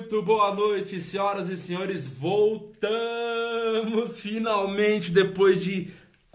Muito boa noite, senhoras e senhores. Voltamos finalmente depois de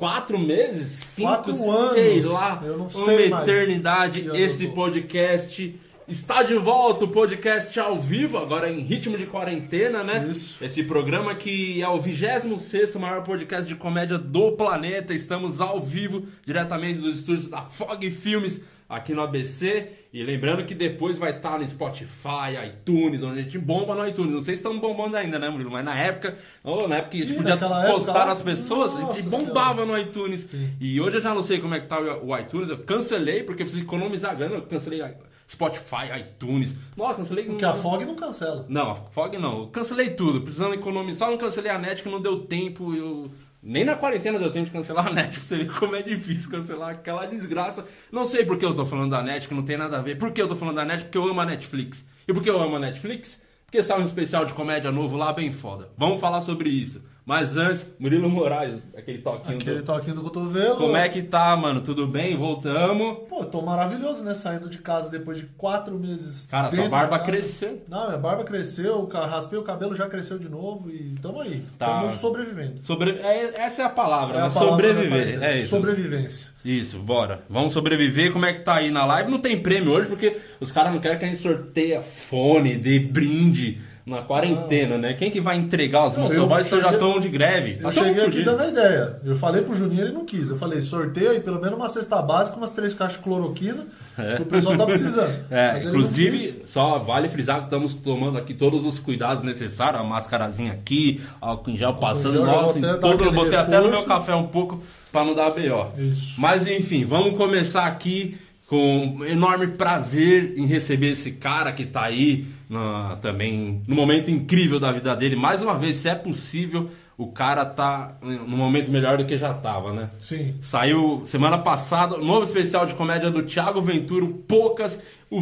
4 meses, 5, sei lá, eu não uma sei eternidade. Esse podcast está de volta, o podcast ao vivo, agora em ritmo de quarentena, né? Isso. Esse programa que é o 26º maior podcast de comédia do planeta. Estamos ao vivo, diretamente dos estúdios da Fog Filmes, aqui no ABC. E lembrando que depois vai estar no Spotify, iTunes, onde a gente bomba no iTunes. Não sei se estamos bombando ainda, né, Murilo? Mas na época que a gente podia postar nas pessoas, a gente bombava no iTunes. Sim. E hoje eu já não sei como é que tá o iTunes. Eu cancelei, porque eu preciso economizar grana. Eu cancelei Spotify, iTunes. Nossa, cancelei... Porque a Fog não cancela. Não, a Fog não. Eu cancelei tudo, precisando economizar. Só não cancelei a Net, que não deu tempo. Nem na quarentena deu tempo de cancelar a Net. Você vê como é difícil cancelar aquela desgraça. Não sei por que eu tô falando da Net, que não tem nada a ver. Por que eu tô falando da Net? Porque eu amo a Netflix. E por que eu amo a Netflix? Porque sai um especial de comédia novo lá bem foda. Vamos falar sobre isso. Mas antes, Murilo Moraes, aquele toquinho do cotovelo. Como é que tá, mano? Tudo bem? Voltamos. Pô, tô maravilhoso, né? Saindo de casa depois de 4 meses. Cara, sua barba cresceu. Não, minha barba cresceu, raspei o cabelo, já cresceu de novo e tamo aí. Tá. Tamo sobrevivendo. Essa é a palavra, né? Palavra Sobreviver. É isso. Sobrevivência. Isso, bora. Vamos sobreviver. Como é que tá aí na live? Não tem prêmio hoje, porque os caras não querem que a gente sorteie fone, dê brinde na quarentena, né? Quem que vai entregar os motoboys que já estão de greve? Eu cheguei aqui dando a ideia. Eu falei pro Juninho, ele não quis. Eu falei, sorteio aí pelo menos uma cesta básica, umas 3 caixas de cloroquina, que o pessoal tá precisando. Mas inclusive, só vale frisar que estamos tomando aqui todos os cuidados necessários, a máscarazinha aqui, álcool em gel passando, eu botei até no meu café um pouco pra não dar BO. Isso. Mas enfim, vamos começar aqui com enorme prazer em receber esse cara que tá aí também no momento incrível da vida dele. Mais uma vez, se é possível, o cara tá num momento melhor do que já tava, né? Sim. Saiu semana passada, novo especial de comédia do Thiago Ventura, Poucas, o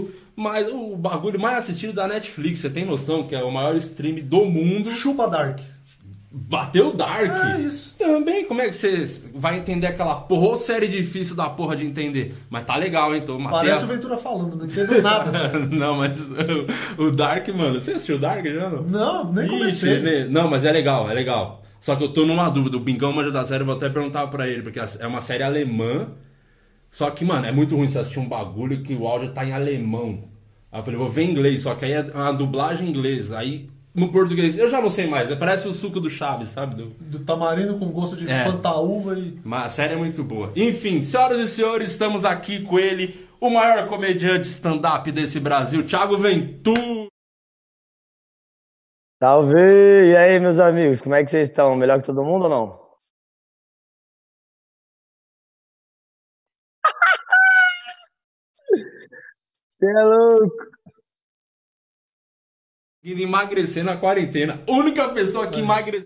bagulho mais assistido da Netflix. Você tem noção que é o maior stream do mundo? Chupa Dark. Bateu o Dark. É isso. Também, como é que você vai entender aquela porra? Ou série difícil da porra de entender. Mas tá legal, hein? Parece o Ventura falando, não entendo nada. Não, mas o Dark, mano... Você assistiu o Dark já? Não, nem comecei. Não, mas é legal, é legal. Só que eu tô numa dúvida. O Bingão manja da série, eu vou até perguntar pra ele. Porque é uma série alemã. Só que, mano, é muito ruim você assistir um bagulho que o áudio tá em alemão. Aí eu falei, vou ver em inglês. Só que aí é uma dublagem em inglês. Aí... No português, eu já não sei mais, parece o suco do Chaves, sabe? Do tamarindo com gosto de fantaúva e... Mas a série é muito boa. Enfim, senhoras e senhores, estamos aqui com ele, o maior comediante stand-up desse Brasil, Thiago Ventura. Salve! E aí, meus amigos, como é que vocês estão? Melhor que todo mundo ou não? Você é louco! Indo emagrecer na quarentena. Única pessoa que emagreceu.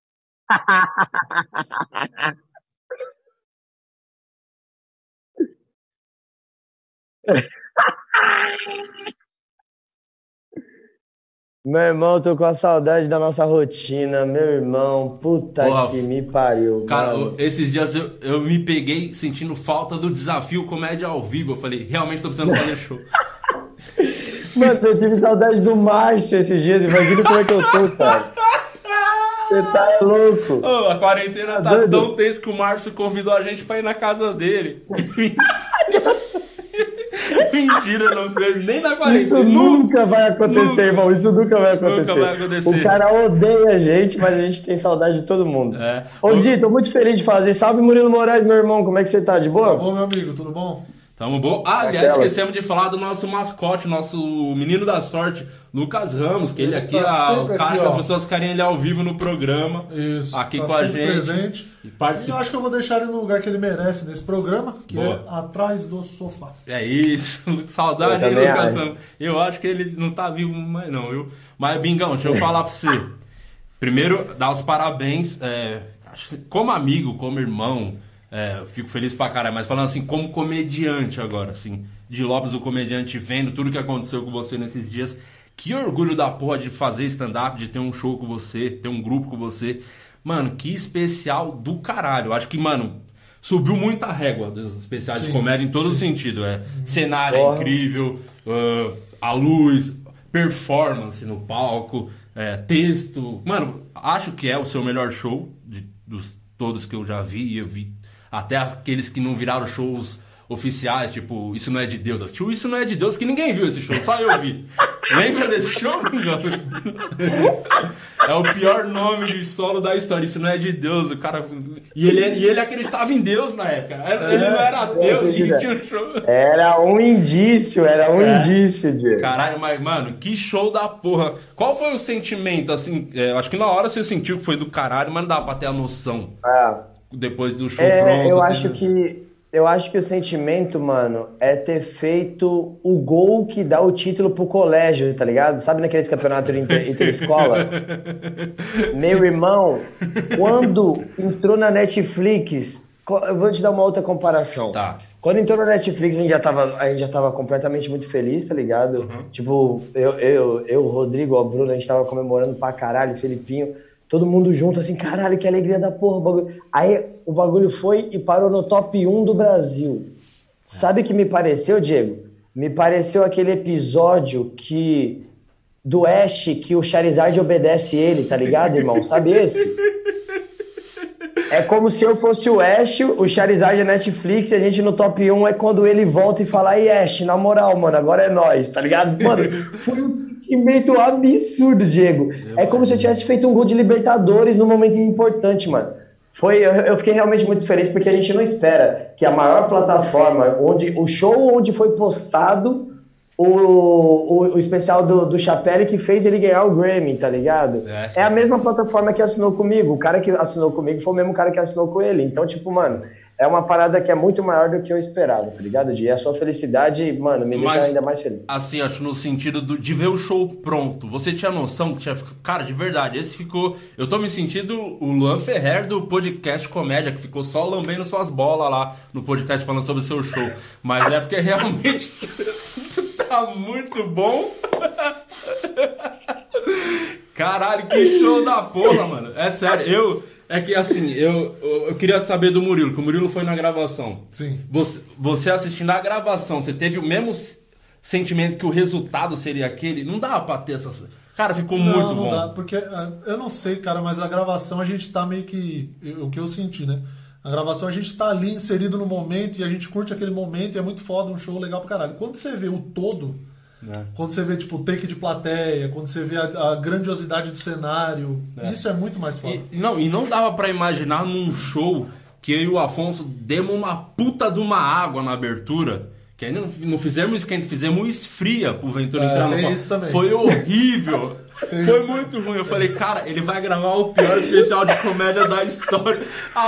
Meu irmão, tô com a saudade da nossa rotina. Meu irmão, puta que me pariu. Cara, mano. Esses dias eu me peguei sentindo falta do desafio comédia ao vivo. Eu falei, realmente tô precisando fazer show. Mano, eu tive saudade do Márcio esses dias. Imagina como é que eu tô, cara. Você tá louco. A quarentena tá tão tensa que o Márcio convidou a gente pra ir na casa dele. Mentira, não fez nem na quarentena. Isso nunca vai acontecer, irmão. Isso nunca vai acontecer. Nunca vai acontecer. O cara odeia a gente, mas a gente tem saudade de todo mundo. Ô, Di, tô muito feliz de fazer. Salve, Murilo Moraes, meu irmão. Como é que você tá? De boa? Tá bom, meu amigo, tudo bom? Tamo bom. Aliás, esquecemos de falar do nosso mascote, nosso menino da sorte, Lucas Ramos, que ele aqui é o cara que as pessoas querem ele ao vivo no programa. Isso. Aqui tá com a gente. Presente. E eu acho que eu vou deixar ele no lugar que ele merece nesse programa, que é atrás do sofá. É isso. Saudade aí, Lucas Ramos. Eu acho que ele não tá vivo mais não, viu? Mas, Bingão, deixa eu falar pra você. Primeiro, dar os parabéns. Como amigo, como irmão... eu fico feliz pra caralho, mas falando assim, como comediante agora, assim, de Lopes, o comediante, vendo tudo que aconteceu com você nesses dias, que orgulho da porra de fazer stand-up, de ter um show com você, ter um grupo com você. Mano, que especial do caralho. Acho que, mano, subiu muito a régua dos especiais de comédia em todo sentido. Cenário incrível, a luz, performance no palco, texto. Mano, acho que é o seu melhor show dos todos que eu já vi. Eu vi até aqueles que não viraram shows oficiais, tipo, Isso Não É de Deus. Assistiu Isso Não É de Deus, que ninguém viu esse show, só eu vi. Lembra desse show? É o pior nome de solo da história. Isso Não É de Deus, o cara... E ele acreditava em Deus na época. Ele não era ateu e tinha um show. Era um indício, Diego. Caralho, mas, mano, que show da porra. Qual foi o sentimento, assim? Acho que na hora você sentiu que foi do caralho, mas não dá pra ter a noção. Depois do show pronto. Eu acho que o sentimento, mano, é ter feito o gol que dá o título pro colégio, tá ligado? Sabe naqueles campeonatos interescola? Meu irmão, quando entrou na Netflix, eu vou te dar uma outra comparação. Tá. Quando entrou na Netflix, a gente já tava completamente muito feliz, tá ligado? Uhum. Tipo, o Rodrigo, o Bruno, a gente tava comemorando pra caralho, Felipinho, todo mundo junto, assim, caralho, que alegria da porra, o bagulho. Aí o bagulho foi e parou no top 1 do Brasil. Sabe o que me pareceu, Diego? Me pareceu aquele episódio do Ash, que o Charizard obedece ele, tá ligado, irmão? Sabe esse? É como se eu fosse o Ash, o Charizard é Netflix, e a gente no top 1 é quando ele volta e fala, aí Ash, na moral, mano, agora é nóis, tá ligado? Mano, foi um sentimento absurdo, Diego. É como se eu tivesse feito um gol de Libertadores num momento importante, mano. Eu fiquei realmente muito feliz porque a gente não espera que a maior plataforma, o show onde foi postado o especial do Chapelle que fez ele ganhar o Grammy, tá ligado? É a mesma plataforma que assinou comigo. O cara que assinou comigo foi o mesmo cara que assinou com ele. Então, tipo, mano, é uma parada que é muito maior do que eu esperava, tá ligado? E a sua felicidade, mano, me deixa ainda mais feliz. Assim, acho no sentido de ver o show pronto. Você tinha noção que tinha... Cara, de verdade, esse ficou... Eu tô me sentindo o Luan Ferrer do podcast Comédia, que ficou só lambendo suas bolas lá no podcast falando sobre o seu show. Mas é porque realmente tá muito bom. Caralho, que show da porra, mano. É sério, É que assim, eu queria saber do Murilo, que o Murilo foi na gravação. Sim. Você assistindo a gravação, você teve o mesmo sentimento que o resultado seria aquele? Não dava pra ter essas... Cara, ficou muito bom. Não dá, porque eu não sei, cara, mas a gravação a gente tá meio que... O que eu senti, né? A gravação a gente tá ali inserido no momento e a gente curte aquele momento e é muito foda, um show legal pra caralho. Quando você vê o todo... Quando você vê, tipo, o take de plateia, quando você vê a grandiosidade do cenário, isso é muito mais foda. E não dava pra imaginar num show que eu e o Afonso demos uma puta de uma água na abertura, que ainda não fizemos esquenta, fizemos esfria pro Ventura entrar no palco. Foi horrível. Foi muito ruim. Eu falei, cara, ele vai gravar o pior especial de comédia da história. A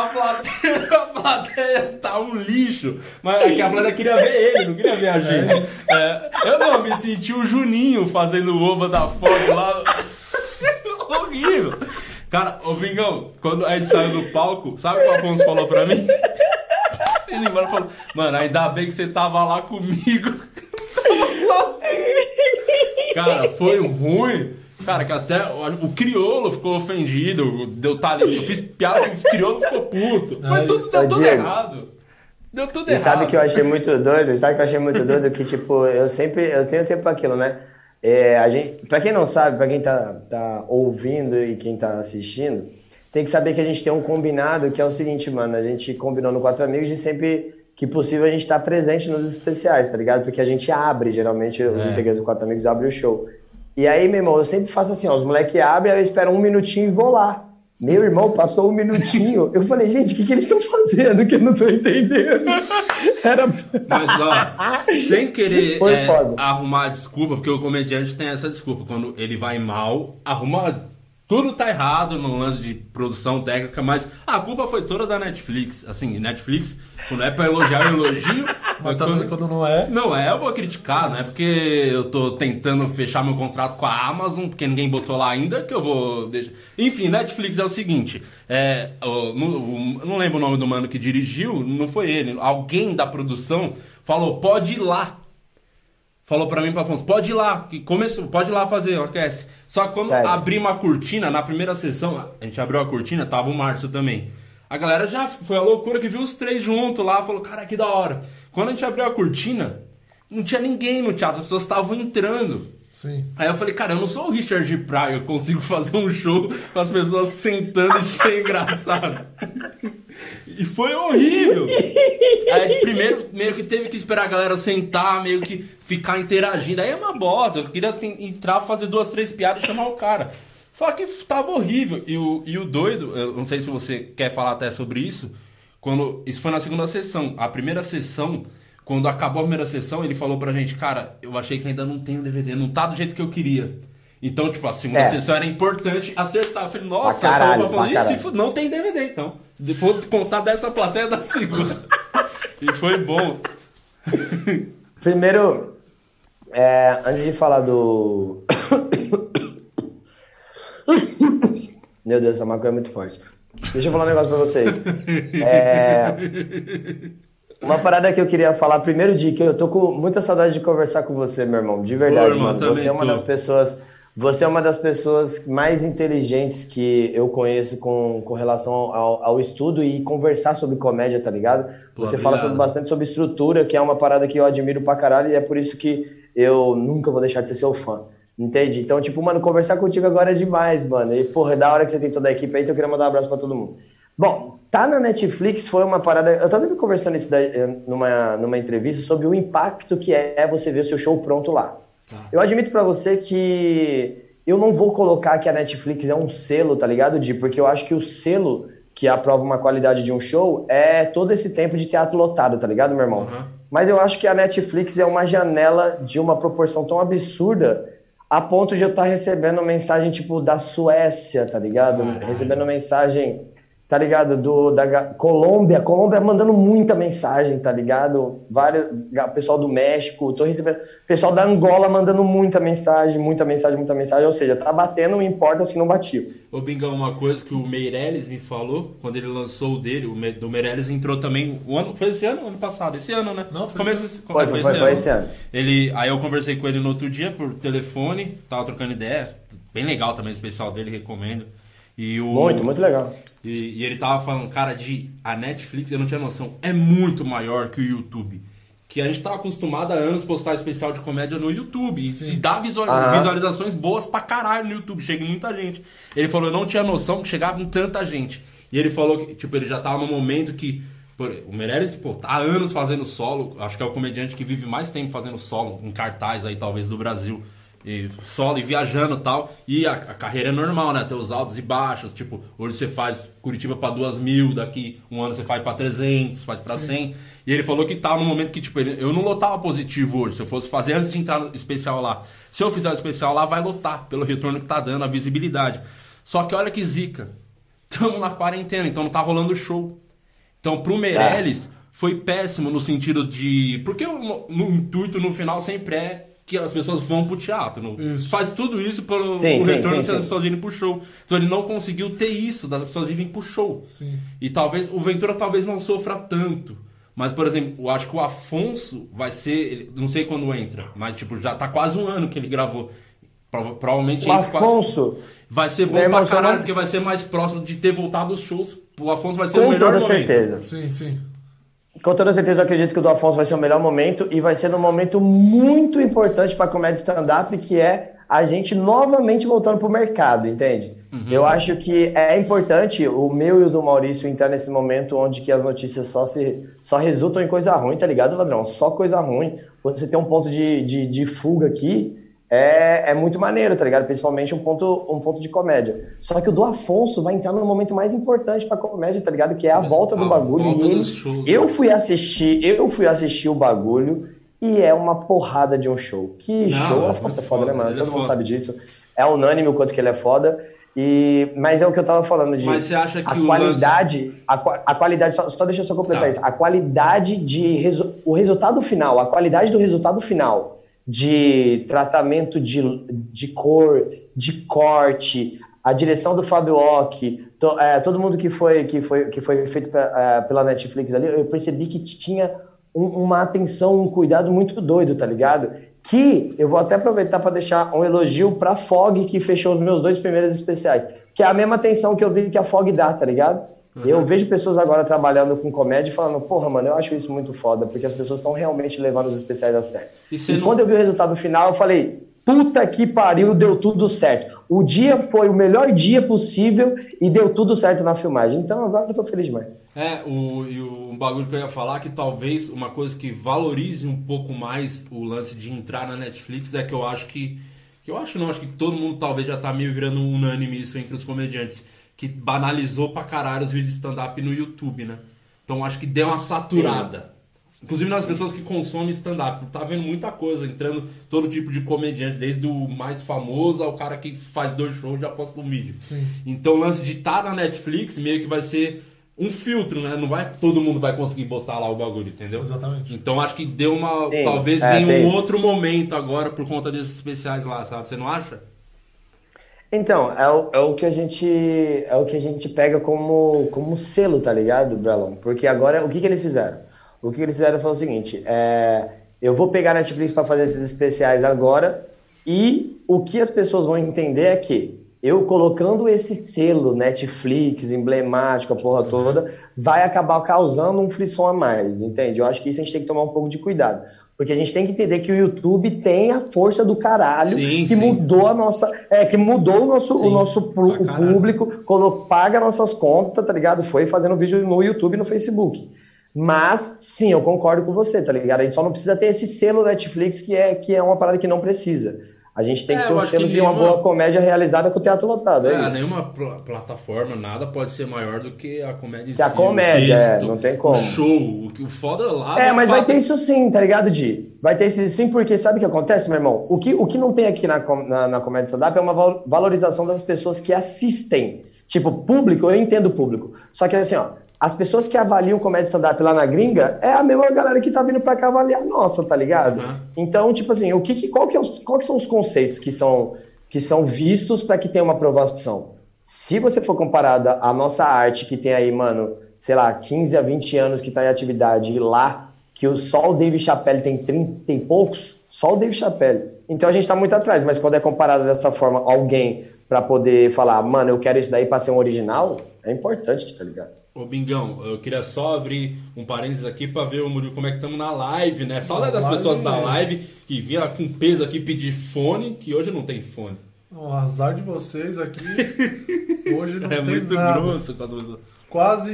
plateia tá um lixo. Mas é que a plateia queria ver ele, não queria ver a gente. Eu não, me senti o Juninho fazendo o Ova da Fog lá. Horrível. Cara, ô Vingão, quando a gente saiu do palco, sabe o que o Afonso falou pra mim? Ele falou, mano, ainda bem que você tava lá comigo. Tava sozinho. Cara, foi ruim. Cara, que até o Criolo ficou ofendido. Eu fiz piada que o Criolo ficou puto. Deu tudo errado. Deu tudo errado. Sabe o que eu achei muito doido? Que, tipo, eu tenho tempo pra aquilo, né? Pra quem não sabe, pra quem tá ouvindo e quem tá assistindo, tem que saber que a gente tem um combinado que é o seguinte, mano. A gente combinou no Quatro Amigos de sempre que possível a gente tá presente nos especiais, tá ligado? Porque a gente abre, geralmente, os integrantes do Quatro Amigos abrem o show. E aí, meu irmão, eu sempre faço assim, ó, os moleques abrem, aí eu espero um minutinho e vou lá. Meu irmão, passou um minutinho. Eu falei, gente, o que eles estão fazendo que eu não tô entendendo? Mas, ó, sem querer arrumar desculpa, porque o comediante tem essa desculpa. Quando ele vai mal, tudo tá errado no lance de produção técnica, mas a culpa foi toda da Netflix. Assim, Netflix, quando é pra elogiar, eu elogio. Mas também quando não é... Não é, eu vou criticar, não é porque eu tô tentando fechar meu contrato com a Amazon, porque ninguém botou lá ainda, que eu vou deixar... Enfim, Netflix é o seguinte, não lembro o nome do mano que dirigiu, não foi ele, alguém da produção falou, pode ir lá. Falou pra mim, Afonso, pode ir lá, pode ir lá fazer, aquece. Só que quando abrimos a cortina, na primeira sessão, a gente abriu a cortina, tava o Márcio também. A galera já foi a loucura que viu os três juntos lá, falou, cara, que da hora. Quando a gente abriu a cortina, não tinha ninguém no teatro, as pessoas estavam entrando. Sim. Aí eu falei, cara, eu não sou o Richard Pryor, eu consigo fazer um show com as pessoas sentando e ser engraçado. E foi horrível. Aí primeiro meio que teve que esperar a galera sentar, meio que ficar interagindo. Aí é uma bosta, eu queria entrar, fazer 2, 3 piadas e chamar o cara. Só que tava horrível. E o doido, eu não sei se você quer falar até sobre isso, isso foi na segunda sessão. A primeira sessão, quando acabou a primeira sessão, ele falou pra gente, cara, eu achei que ainda não tem o DVD, não tá do jeito que eu queria. Então, tipo, a segunda sessão era importante acertar. Eu falei, nossa, caralho, isso não tem DVD, então. Vou contar dessa plateia da segunda. E foi bom. Primeiro, antes de falar do... Meu Deus, essa maconha é muito forte. Deixa eu falar um negócio pra vocês. Uma parada que eu queria falar primeiro, que eu tô com muita saudade de conversar com você, meu irmão. De verdade, irmão, mano. Você é uma das pessoas mais inteligentes que eu conheço com relação ao estudo e conversar sobre comédia, tá ligado? Você fala bastante sobre estrutura, que é uma parada que eu admiro pra caralho, e é por isso que eu nunca vou deixar de ser seu fã. Entende? Então, tipo, mano, conversar contigo agora é demais, mano. E, porra, é da hora que você tem toda a equipe aí, então eu queria mandar um abraço pra todo mundo. Bom, tá na Netflix foi uma parada... Eu tava conversando isso numa entrevista sobre o impacto que é você ver o seu show pronto lá. Eu admito pra você que eu não vou colocar que a Netflix é um selo, tá ligado, Di? Porque eu acho que o selo que aprova uma qualidade de um show é todo esse tempo de teatro lotado, tá ligado, meu irmão? Uhum. Mas eu acho que a Netflix é uma janela de uma proporção tão absurda a ponto de eu estar recebendo mensagem, tipo, da Suécia, tá ligado? Recebendo mensagem, tá ligado? Da Colômbia mandando muita mensagem, tá ligado? Pessoal do México, tô recebendo... Pessoal da Angola mandando muita mensagem, ou seja, tá batendo, não importa se não batiu. Ô, Bingão, uma coisa que o Meirelles me falou, quando ele lançou o dele, do Meirelles entrou também, foi esse ano ou ano passado? Esse ano, né? Não, foi esse ano. Aí eu conversei com ele no outro dia por telefone, tava trocando ideia, bem legal também, o especial dele, recomendo. Muito legal. E ele tava falando, cara, a Netflix, eu não tinha noção, é muito maior que o YouTube. Que a gente tá acostumado há anos postar especial de comédia no YouTube. E dá visualizações boas pra caralho no YouTube. Chega em muita gente. Ele falou, eu não tinha noção que chegava em tanta gente. E ele falou que, tipo, ele já tava no momento que... o Meirelles, pô, tá há anos fazendo solo. Acho que é o comediante que vive mais tempo fazendo solo, em cartaz aí, talvez, do Brasil. E solo e viajando e tal. E a carreira é normal, né? Tem os altos e baixos. Tipo, hoje você faz Curitiba pra 2.000, daqui um ano você faz pra 300, faz pra 100. E ele falou que tava no momento que, tipo, eu não lotava positivo hoje. Se eu fosse fazer antes de entrar no especial lá. Se eu fizer o especial lá, vai lotar, pelo retorno que tá dando, a visibilidade. Só que olha que zica. Tamo na quarentena, então não tá rolando show. Então pro Meirelles foi péssimo no sentido de... Porque no intuito, no final, sempre é que as pessoas vão pro teatro. Faz tudo isso pro retorno se as pessoas irem pro show. Então ele não conseguiu ter isso, das pessoas irem pro show. Sim. E talvez o Ventura não sofra tanto. Mas, por exemplo, eu acho que o Afonso vai ser... Não sei quando entra, mas tipo, já tá quase um ano que ele gravou. Provavelmente o Afonso vai ser bom pra caralho, porque vai ser mais próximo de ter voltado os shows. O Afonso vai ser o melhor momento. Com toda certeza. Sim. Com toda certeza eu acredito que o do Afonso vai ser o melhor momento e vai ser um momento muito importante pra comédia stand-up, que é a gente novamente voltando pro mercado, entende? Uhum. Eu acho que é importante o meu e o do Maurício entrar nesse momento onde que as notícias só resultam em coisa ruim, tá ligado, ladrão? Só coisa ruim. Você ter um ponto de fuga aqui é muito maneiro, tá ligado? Principalmente um ponto de comédia. Só que o do Afonso vai entrar no momento mais importante pra comédia, tá ligado? Que é a volta do bagulho. Eu fui assistir o bagulho e é uma porrada de um show. Show, o Afonso é foda, né, mano? Todo mundo sabe disso. É unânime o quanto que ele é foda. Mas é o que eu tava falando de... Mas você acha que a qualidade, só deixa eu só completar isso. A qualidade o resultado final, a qualidade do resultado final de tratamento de cor, de corte, a direção do Fábio Ock, todo mundo que foi feito pela Netflix ali, eu percebi que tinha uma atenção, um cuidado muito doido, tá ligado? Que eu vou até aproveitar para deixar um elogio pra Fog, que fechou os meus 2 primeiros especiais. Que é a mesma atenção que eu vi que a Fog dá, tá ligado? Uhum. Eu vejo pessoas agora trabalhando com comédia e falando, porra, mano, eu acho isso muito foda, porque as pessoas estão realmente levando os especiais a sério. Quando eu vi o resultado final, eu falei, puta que pariu, deu tudo certo. O dia foi o melhor dia possível e deu tudo certo na filmagem. Então agora eu tô feliz demais. Um bagulho que eu ia falar, que talvez uma coisa que valorize um pouco mais o lance de entrar na Netflix é que eu acho que acho que todo mundo talvez já tá meio virando unânime isso entre os comediantes, que banalizou pra caralho os vídeos de stand-up no YouTube, né? Então acho que deu uma saturada. Inclusive nas pessoas que consomem stand-up. Tá vendo muita coisa, entrando todo tipo de comediante, desde o mais famoso ao cara que faz 2 shows e já posta um vídeo. Sim. Então o lance de estar na Netflix meio que vai ser um filtro, né? Não vai, todo mundo vai conseguir botar lá o bagulho, entendeu? Exatamente. Então acho que deu uma... Sim. Talvez venha um outro momento agora por conta desses especiais lá, sabe? Você não acha? Então, é o que a gente pega como selo, tá ligado, Brelon? Porque agora, o que eles fizeram? O que eles fizeram foi o seguinte, eu vou pegar a Netflix para fazer esses especiais agora, e o que as pessoas vão entender é que eu colocando esse selo Netflix, emblemático, a porra toda, vai acabar causando um frisson a mais, entende? Eu acho que isso a gente tem que tomar um pouco de cuidado. Porque a gente tem que entender que o YouTube tem a força do caralho, mudou a nossa. Que mudou o nosso público, paga nossas contas, tá ligado? Foi fazendo vídeo no YouTube e no Facebook. Mas, sim, eu concordo com você, tá ligado? A gente só não precisa ter esse selo Netflix que é uma parada que não precisa. A gente tem que ter um selo de uma boa comédia realizada com o teatro lotado, é isso. Nenhuma plataforma, nada pode ser maior do que a comédia em si. Que a comédia, não tem como. O show, o foda lá... mas vai ter isso sim, tá ligado, Di? Vai ter isso sim, porque sabe o que acontece, meu irmão? O que não tem aqui na comédia stand-up é uma valorização das pessoas que assistem. Tipo, público, eu entendo o público. Só que assim, ó, as pessoas que avaliam comédia stand-up lá na gringa é a mesma galera que tá vindo pra cá avaliar a nossa, tá ligado? Uhum. Então, tipo assim, qual que são os conceitos que são vistos pra que tenha uma aprovação? Se você for comparada à nossa arte, que tem aí, mano, sei lá, 15 a 20 anos que tá em atividade, e lá, que só o Dave Chappelle tem 30 e poucos, só o Dave Chappelle. Então a gente tá muito atrás, mas quando é comparado dessa forma, alguém pra poder falar, mano, eu quero isso daí pra ser um original, é importante, tá ligado? Ô Bingão, eu queria só abrir um parênteses aqui pra ver, Murilo, como é que estamos na live, né? Saudade das pessoas da live que vinha com peso aqui pedir fone, que hoje não tem fone. O azar de vocês aqui, hoje não tem muito nada. grosso. Quase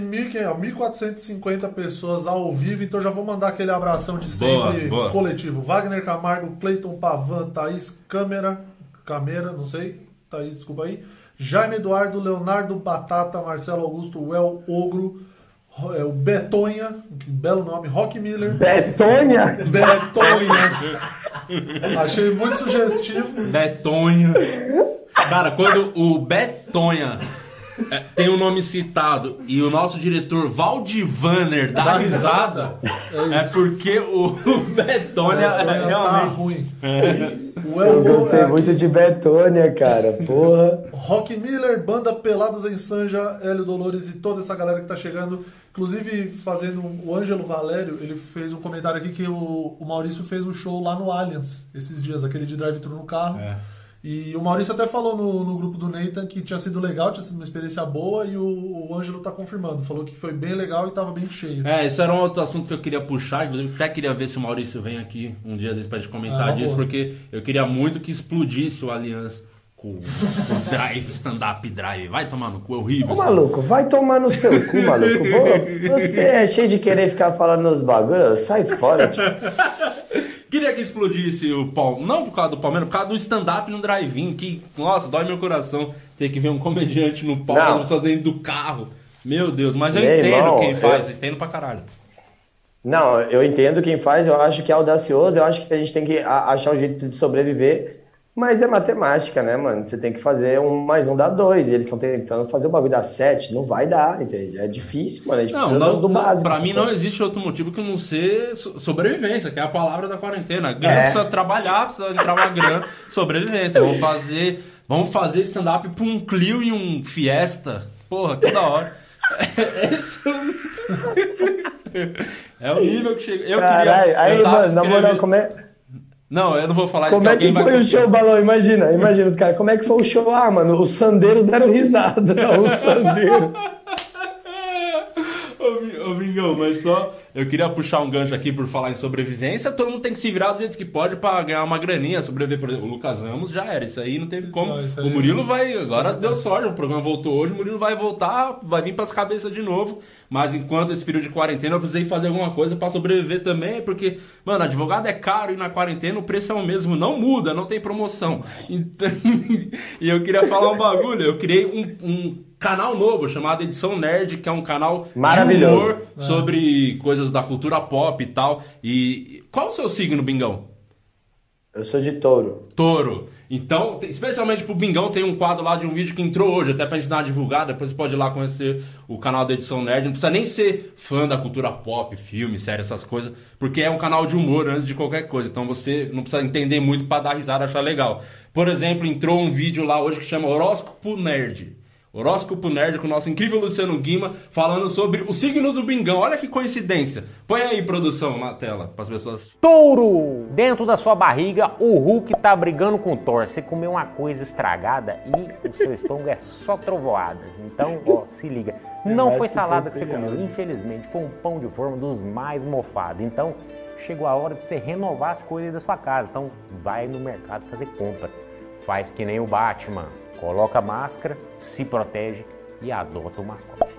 1.450 pessoas ao vivo, então já vou mandar aquele abração de sempre coletivo. Wagner Camargo, Cleiton Pavan, Thaís Câmera, não sei, Thaís, desculpa aí. Jaime Eduardo, Leonardo Batata, Marcelo Augusto, Well Ogro, o Betonha, que belo nome, Rock Miller. Betonha? Achei muito sugestivo. Betonha. Cara, quando o Betonha tem o nome citado e o nosso diretor Valdivaner dá risada, é porque o Betonha realmente... Tá ruim. Eu gostei muito de Betônia, cara, porra. Rock Miller, Banda Pelados em Sanja, Hélio Dolores e toda essa galera que tá chegando. Inclusive, fazendo o Ângelo Valério, ele fez um comentário aqui que o Maurício fez um show lá no Allianz esses dias, aquele de drive-thru no carro. E o Maurício até falou no grupo do Nathan que tinha sido legal, tinha sido uma experiência boa, e o Ângelo tá confirmando. Falou que foi bem legal e tava bem cheio. Isso era um outro assunto que eu queria puxar, inclusive até queria ver se o Maurício vem aqui um dia pra gente comentar disso, porque eu queria muito que explodisse o Allianz com o drive, stand-up drive. Vai tomar no cu, é horrível. Ô, maluco, vai tomar no seu cu, maluco. Você é cheio de querer ficar falando nos bagulhos, sai fora, tio. Queria que explodisse o Palmeiras, não por causa do Palmeiras, por causa do stand-up no drive-in, que, nossa, dói meu coração ter que ver um comediante no palco, as pessoas dentro do carro. Meu Deus, mas eu entendo quem faz, entendo pra caralho. Não, eu entendo quem faz, eu acho que é audacioso, eu acho que a gente tem que achar um jeito de sobreviver, mas é matemática, né, mano? Você tem que fazer 1 mais 1 dá 2, e eles estão tentando fazer o bagulho dar 7, não vai dar, entende? É difícil, mano, a gente precisa do básico. Pra mim não existe outro motivo que não ser sobrevivência, que é a palavra da quarentena. A grana precisa trabalhar, precisa entrar uma grana, sobrevivência. Vamos fazer stand-up pra um Clio e um Fiesta, porra, que da hora. É o nível que chega. Caralho, aí, mano, na moral, como é... Não, eu não vou falar isso. Como é que foi o show, Balão? Imagina os caras. Como é que foi o show? Ah, mano, os sandeiros deram risada. O sandeiro. Ô, Ô, Bingão, mas só... Eu queria puxar um gancho aqui por falar em sobrevivência. Todo mundo tem que se virar do jeito que pode pra ganhar uma graninha, sobreviver. Por exemplo, o Lucas Ramos já era. Isso aí não teve como. Não, o Murilo vai... Agora deu sorte, o programa voltou hoje. O Murilo vai voltar, vai vir pras cabeças de novo. Mas enquanto esse período de quarentena, eu precisei fazer alguma coisa pra sobreviver também. Porque, mano, advogado é caro e na quarentena o preço é o mesmo. Não muda, não tem promoção. Então, e eu queria falar um bagulho. Eu criei um canal novo chamado Edição Nerd, que é um canal de humor sobre coisas da cultura pop e tal. E qual o seu signo, Bingão? Eu sou de touro. Touro. Então, especialmente pro Bingão, tem um quadro lá de um vídeo que entrou hoje, até pra gente dar uma divulgada, depois você pode ir lá conhecer o canal da Edição Nerd. Não precisa nem ser fã da cultura pop, filme, série, essas coisas, porque é um canal de humor antes de qualquer coisa. Então você não precisa entender muito pra dar risada e achar legal. Por exemplo, entrou um vídeo lá hoje que chama Horóscopo Nerd. Horóscopo Nerd com o nosso incrível Luciano Guima falando sobre o signo do Bingão. Olha que coincidência. Põe aí, produção, na tela, para as pessoas. Touro! Dentro da sua barriga, o Hulk tá brigando com o Thor. Você comeu uma coisa estragada e o seu estômago é só trovoada. Então, ó, se liga. Não foi salada que você comeu, infelizmente. Foi um pão de forma dos mais mofados. Então, chegou a hora de você renovar as coisas da sua casa. Então, vai no mercado fazer compra. Faz que nem o Batman. Coloca a máscara, se protege e adota o mascote.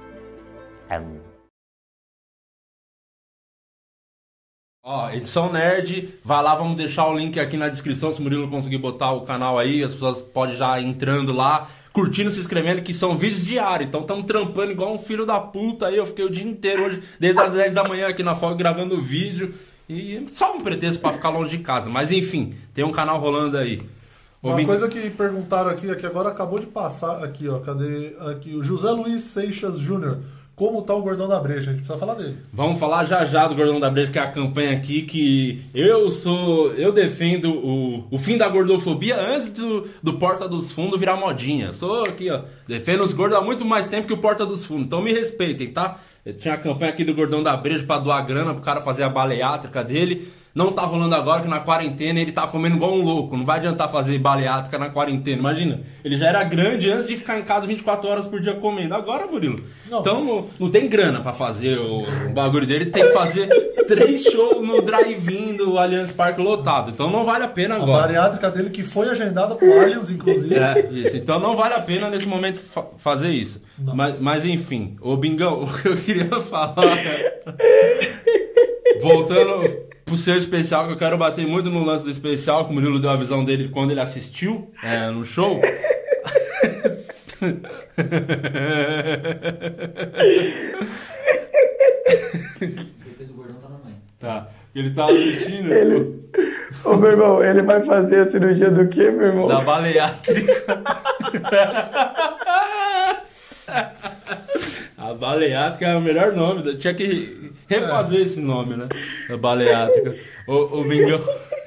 Ó, Edição Nerd, vai lá, vamos deixar o link aqui na descrição, se o Murilo conseguir botar o canal aí, as pessoas podem já ir entrando lá, curtindo, se inscrevendo, que são vídeos diários, então estamos trampando igual um filho da puta aí, eu fiquei o dia inteiro hoje, desde as 10 da manhã aqui na folga gravando vídeo, e só um pretexto pra ficar longe de casa, mas enfim, tem um canal rolando aí. Uma coisa que perguntaram aqui, que agora acabou de passar aqui, ó. Cadê? Aqui, o José Luiz Seixas Júnior. Como tá o Gordão da Breja? A gente precisa falar dele. Vamos falar já do Gordão da Breja, que é a campanha aqui que eu defendo o fim da gordofobia antes do Porta dos Fundos virar modinha. Sou aqui, ó, defendo os gordos há muito mais tempo que o Porta dos Fundos. Então me respeitem, tá? Tinha a campanha aqui do Gordão da Breja pra doar grana pro cara fazer a baleátrica dele. Não tá rolando agora, que na quarentena ele tá comendo igual um louco. Não vai adiantar fazer baleátrica na quarentena. Imagina, ele já era grande antes de ficar em casa 24 horas por dia comendo. Agora, Murilo. Não. Então não tem grana pra fazer o bagulho dele. Tem que fazer 3 shows no drive-in do Allianz Parque lotado. Então não vale a pena agora. A bariátrica dele que foi agendada pro Allianz, inclusive. É, isso. Então não vale a pena nesse momento fazer isso. Mas enfim, ô Bingão, o que eu queria falar... Voltando pro seu especial, que eu quero bater muito no lance do especial, que o Murilo deu a visão dele quando ele assistiu no show. Tá. Ele tá assistindo. Ô, meu irmão, ele vai fazer a cirurgia do quê, meu irmão? Da baleátrica. A baleátrica é o melhor nome. Tinha que refazer esse nome, né? A baleátrica. O Bingão.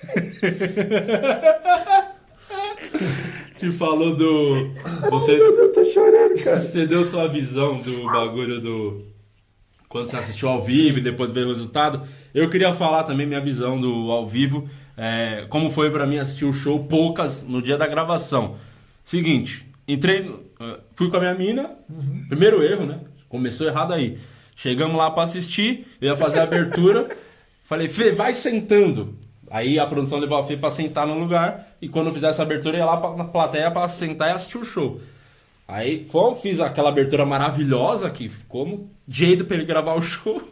Te falou do. Você, eu tô chorando, cara. Você deu sua visão do bagulho do. Quando você assistiu ao vivo e depois veio o resultado. Eu queria falar também minha visão do ao vivo. Como foi pra mim assistir o show poucas no dia da gravação. Seguinte, fui com a minha mina. Primeiro erro, né? Começou errado aí. Chegamos lá pra assistir, eu ia fazer a abertura. Falei, Fê, vai sentando. Aí a produção levou a Fê pra sentar no lugar. E quando eu fizesse a abertura, eu ia lá na plateia pra sentar e assistir o show. Aí fiz aquela abertura maravilhosa que ficou no jeito pra ele gravar o show.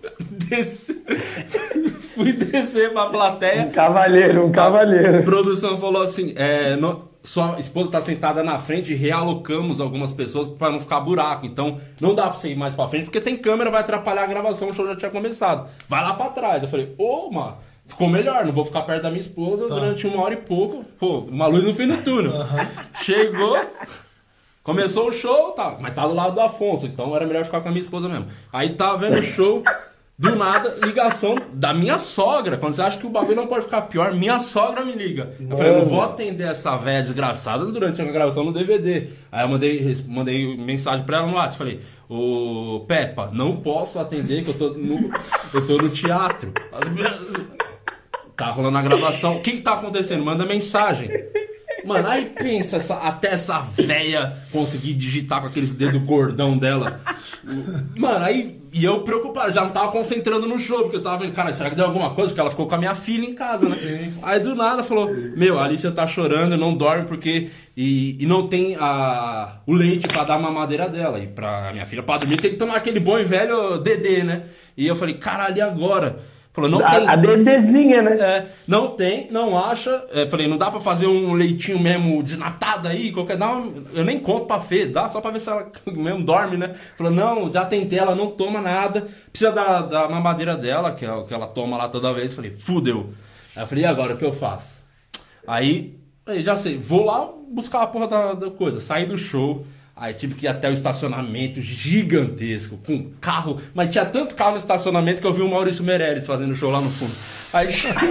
Fui descer pra plateia. Um cavalheiro. A produção falou assim, sua esposa tá sentada na frente e realocamos algumas pessoas pra não ficar buraco. Então não dá pra você ir mais pra frente, porque tem câmera, vai atrapalhar a gravação, o show já tinha começado. Vai lá pra trás. Eu falei, mano, ficou melhor, não vou ficar perto da minha esposa durante 1 hora e pouco. Pô, uma luz no fim do túnel. Chegou... Começou o show, mas tá do lado do Afonso, então era melhor ficar com a minha esposa mesmo. Aí tava vendo o show, do nada, ligação da minha sogra. Quando você acha que o bagulho não pode ficar pior, minha sogra me liga. Eu falei, eu não vou atender essa véia desgraçada durante a gravação no DVD. Aí eu mandei mensagem pra ela no WhatsApp, falei, ô Peppa, não posso atender que eu tô no teatro. Tá rolando a gravação, o que tá acontecendo? Manda mensagem. Mano, aí pensa, até essa véia conseguir digitar com aqueles dedos gordão dela. Mano, aí... E eu preocupado, já não tava concentrando no show, porque eu tava vendo, cara, será que deu alguma coisa? Porque ela ficou com a minha filha em casa, né? Sim. Aí do nada falou, meu, a Alicia tá chorando, não dorme porque... E não tem o leite pra dar a mamadeira dela. E pra minha filha, pra dormir, tem que tomar aquele bom e velho Dedê, né? E eu falei, caralho, e agora? Falou, não tem... A Dedezinha, né? Não tem, não acha. Falei, não dá pra fazer um leitinho mesmo desnatado aí? Eu nem conto pra Fê, dá só pra ver se ela mesmo dorme, né? Falou, não, já tentei, ela não toma nada. Precisa da mamadeira dela, que é o que ela toma lá toda vez. Falei, fudeu. Aí eu falei, e agora, o que eu faço? Aí já sei, vou lá buscar a porra da coisa. Saí do show. Aí tive que ir até o estacionamento gigantesco, com carro, mas tinha tanto carro no estacionamento que eu vi o Maurício Meirelles fazendo show lá no fundo. Aí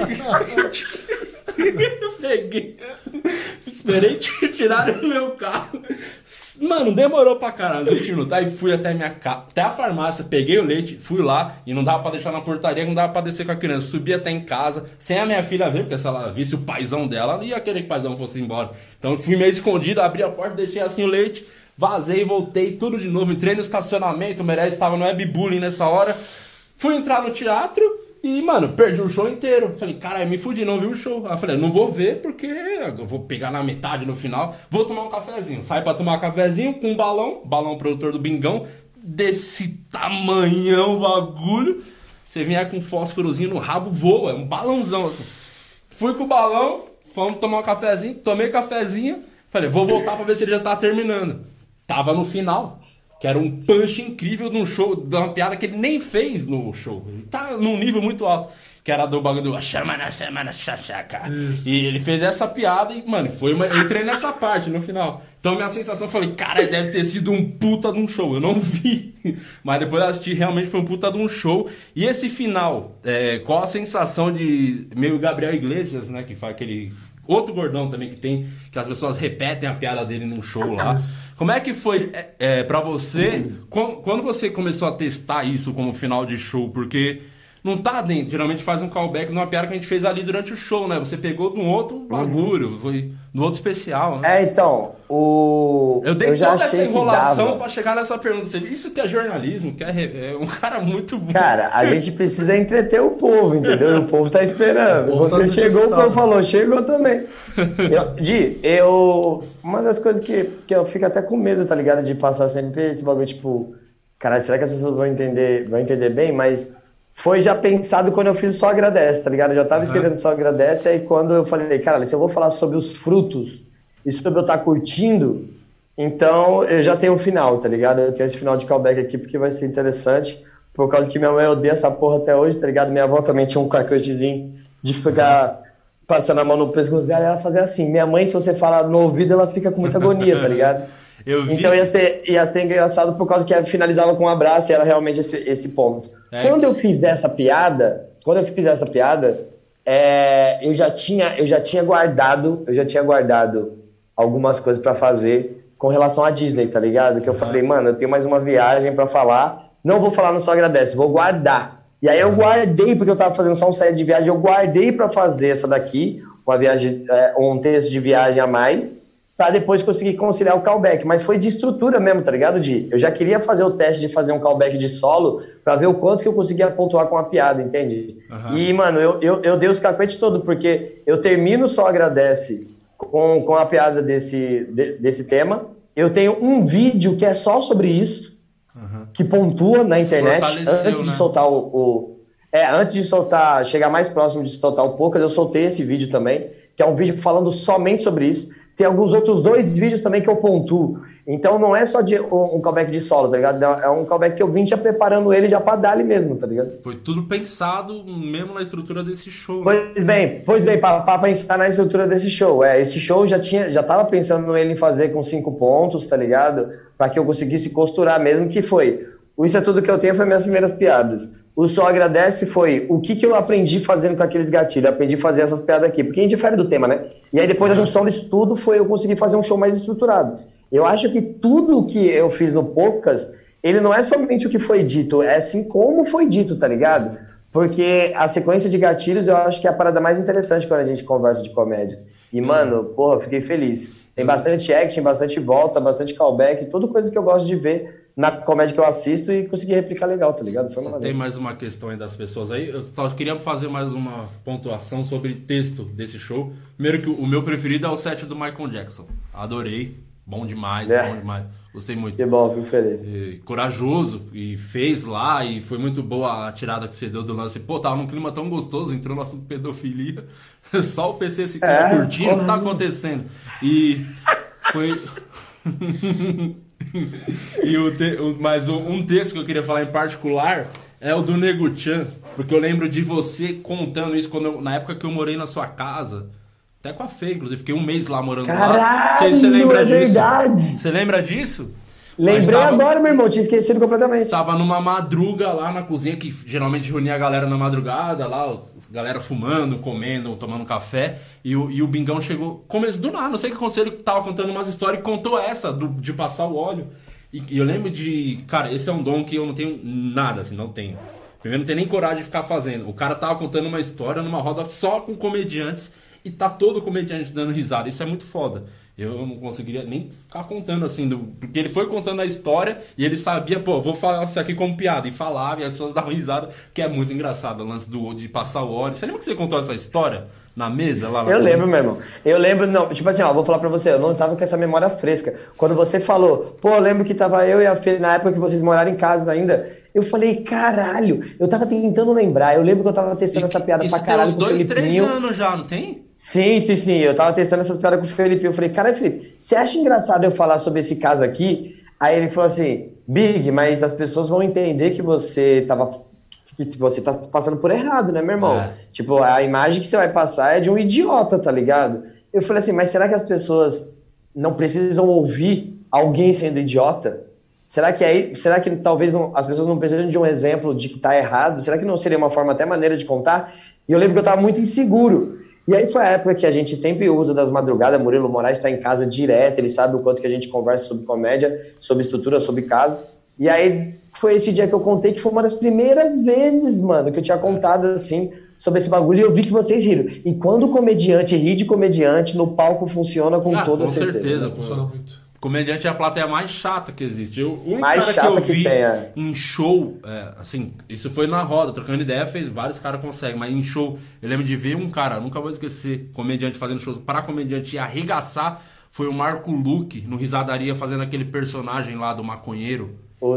eu peguei, esperei tirarem o meu carro. Mano, demorou pra caralho, 20 minutos. Aí fui até a farmácia, peguei o leite, fui lá e não dava pra deixar na portaria, não dava pra descer com a criança. Subi até em casa, sem a minha filha ver, porque se ela visse o paizão dela, ela ia querer que o paizão fosse embora. Então eu fui meio escondido, abri a porta, deixei assim o leite. Vazei, voltei, tudo de novo. Entrei no estacionamento, o Meirelles estava no webbullying nessa hora. Fui entrar no teatro e, mano, perdi o show inteiro. Falei, caralho, me fudi, não vi o show. Aí eu falei, não vou ver porque eu vou pegar na metade no final. Vou tomar um cafezinho. Saí pra tomar um cafezinho com um balão produtor do Bingão. Desse tamanhão o bagulho. Você vier com um fósforozinho no rabo, voa. É um balãozão assim. Fui com o balão, fomos tomar um cafezinho. Tomei cafezinho. Falei, vou voltar pra ver se ele já tá terminando. Tava no final, que era um punch incrível de um show, de uma piada que ele nem fez no show. Ele tá num nível muito alto, que era do bagulho do chamana, xaxaca. E ele fez essa piada e, mano, eu entrei nessa parte no final. Então minha sensação, eu falei, cara, deve ter sido um puta de um show. Eu não vi, mas depois eu assisti, realmente foi um puta de um show. E esse final, qual a sensação de meio Gabriel Iglesias, né, que faz aquele... Outro gordão também que as pessoas repetem a piada dele num show lá. Como é que foi pra você, quando você começou a testar isso como final de show? Porque não tá dentro, geralmente faz um callback numa piada que a gente fez ali durante o show, né? Você pegou de um outro bagulho, foi do outro especial, né? Então, Eu dei já toda essa enrolação pra chegar nessa pergunta. Isso que é jornalismo, que é um cara muito bom. Cara, a gente precisa entreter o povo, entendeu? O povo tá esperando. Você chegou, o povo falou, chegou também. Uma das coisas que eu fico até com medo, tá ligado? De passar sempre esse bagulho, tipo, cara, será que as pessoas vão entender bem? Mas foi já pensado quando eu fiz o Só Agradece, tá ligado? Eu já tava escrevendo Só Agradece, aí quando eu falei, cara, se eu vou falar sobre os frutos e sobre eu estar curtindo, então eu já tenho um final, tá ligado? Eu tenho esse final de callback aqui porque vai ser interessante, por causa que minha mãe odeia essa porra até hoje, tá ligado? Minha avó também tinha um cacotezinho de ficar passando a mão no pescoço dela e ela fazia assim. Minha mãe, se você falar no ouvido, ela fica com muita agonia, tá ligado? Então ia ser engraçado por causa que ela finalizava com um abraço e era realmente esse ponto. Quando eu fiz essa piada, eu já tinha guardado algumas coisas pra fazer com relação à Disney, tá ligado? Que eu falei, mano, eu tenho mais uma viagem pra falar, não vou falar no Só Agradece, vou guardar. E aí eu guardei, porque eu tava fazendo só um set de viagem, eu guardei pra fazer essa daqui, um texto de viagem a mais, pra depois conseguir conciliar o callback. Mas foi de estrutura mesmo, tá ligado, Di? Eu já queria fazer o teste de fazer um callback de solo pra ver o quanto que eu conseguia pontuar com a piada, entende? E, mano, eu dei os cacuetes todo, porque eu termino Só Agradece com a piada desse tema. Eu tenho um vídeo que é só sobre isso, que pontua na internet, antes de soltar antes de soltar, chegar mais próximo de soltar o Poucas, eu soltei esse vídeo também, que é um vídeo falando somente sobre isso. Tem alguns outros 2 vídeos também que eu pontuo. Então não é só um callback de solo, tá ligado? É um callback que eu vim já preparando ele já pra dar ali mesmo, tá ligado? Foi tudo pensado mesmo na estrutura desse show. Né? Pois bem, pra pensar na estrutura desse show. Esse show já tava pensando ele em fazer com 5 pontos, tá ligado? Pra que eu conseguisse costurar mesmo, que foi... Isso é tudo que eu tenho, foi minhas primeiras piadas. O Só Agradece foi o que eu aprendi fazendo com aqueles gatilhos. Eu aprendi a fazer essas piadas aqui, porque a gente difere do tema, né? E aí depois da junção disso tudo foi eu conseguir fazer um show mais estruturado. Eu acho que tudo que eu fiz no Poucas, ele não é somente o que foi dito, é assim como foi dito, tá ligado? Porque a sequência de gatilhos eu acho que é a parada mais interessante quando a gente conversa de comédia. E, mano, porra, fiquei feliz. Tem bastante action, bastante volta, bastante callback, tudo coisa que eu gosto de ver na comédia que eu assisto e consegui replicar legal, tá ligado? Foi uma Tem mais uma questão aí das pessoas aí. Eu só queria fazer mais uma pontuação sobre texto desse show. Primeiro que o meu preferido é o set do Michael Jackson. Adorei. Bom demais, bom demais. Gostei muito. Que bom, fico feliz. E corajoso, e fez lá, e foi muito boa a tirada que você deu do lance. Pô, tava num clima tão gostoso, entrou no assunto pedofilia. Só o PC se curtindo, o que tá acontecendo? E foi... Mas um texto que eu queria falar em particular é o do Nego Chan, porque eu lembro de você contando isso na época que eu morei na sua casa. Até com a Fê, inclusive. Fiquei um mês lá morando lá. Caralho, Você lembra disso? Verdade. Você lembra disso? Lembrei agora, meu irmão. Tinha esquecido completamente. Tava numa madruga lá na cozinha, que geralmente reunia a galera na madrugada, lá, a galera fumando, comendo, tomando café. E o Bingão chegou, começo do nada, não sei o que aconteceu, ele tava contando umas histórias e contou essa, de passar o óleo. E eu lembro de... Cara, esse é um dom que eu não tenho nada, assim, não tenho. Primeiro, não tenho nem coragem de ficar fazendo. O cara tava contando uma história numa roda só com comediantes e tá todo comediante dando risada. Isso é muito foda. Eu não conseguiria nem ficar contando assim, porque ele foi contando a história e ele sabia, pô, vou falar isso aqui como piada. E falava e as pessoas davam risada, que é muito engraçado, o lance de passar o óleo. Você lembra que você contou essa história na mesa lá? Eu lembro, meu irmão. Eu lembro, não, tipo assim, ó, vou falar pra você, eu não tava com essa memória fresca. Quando você falou, pô, eu lembro que tava eu e a Fê, na época que vocês moraram em casa ainda. Eu falei, caralho, eu tava tentando lembrar. Eu lembro que eu tava testando essa piada pra caralho com o Felipinho. Isso tem uns 2, 3 anos já, não tem? Sim. Eu tava testando essas piadas com o Felipinho. Eu falei, caralho, Felipe, você acha engraçado eu falar sobre esse caso aqui? Aí ele falou assim, Big, mas as pessoas vão entender que você tá passando por errado, né, meu irmão? É. Tipo, a imagem que você vai passar é de um idiota, tá ligado? Eu falei assim, mas será que as pessoas não precisam ouvir alguém sendo idiota? Será que talvez as pessoas não precisam de um exemplo de que tá errado? Será que não seria uma forma até maneira de contar? E eu lembro que eu tava muito inseguro. E aí foi a época que a gente sempre usa das madrugadas, Murilo Moraes tá em casa direto, ele sabe o quanto que a gente conversa sobre comédia, sobre estrutura, sobre caso. E aí foi esse dia que eu contei que foi uma das primeiras vezes, mano, que eu tinha contado assim sobre esse bagulho e eu vi que vocês riram. E quando o comediante ri de comediante, no palco funciona com toda certeza. Com certeza, funciona muito. Comediante é a plateia mais chata que existe. O único mais cara que eu vi tem, em show, assim, isso foi na roda, trocando ideia, vários caras conseguem, mas em show, eu lembro de ver um cara, nunca vou esquecer, comediante fazendo shows para comediante e arregaçar, foi o Marco Luque, no Risadaria, fazendo aquele personagem lá do maconheiro.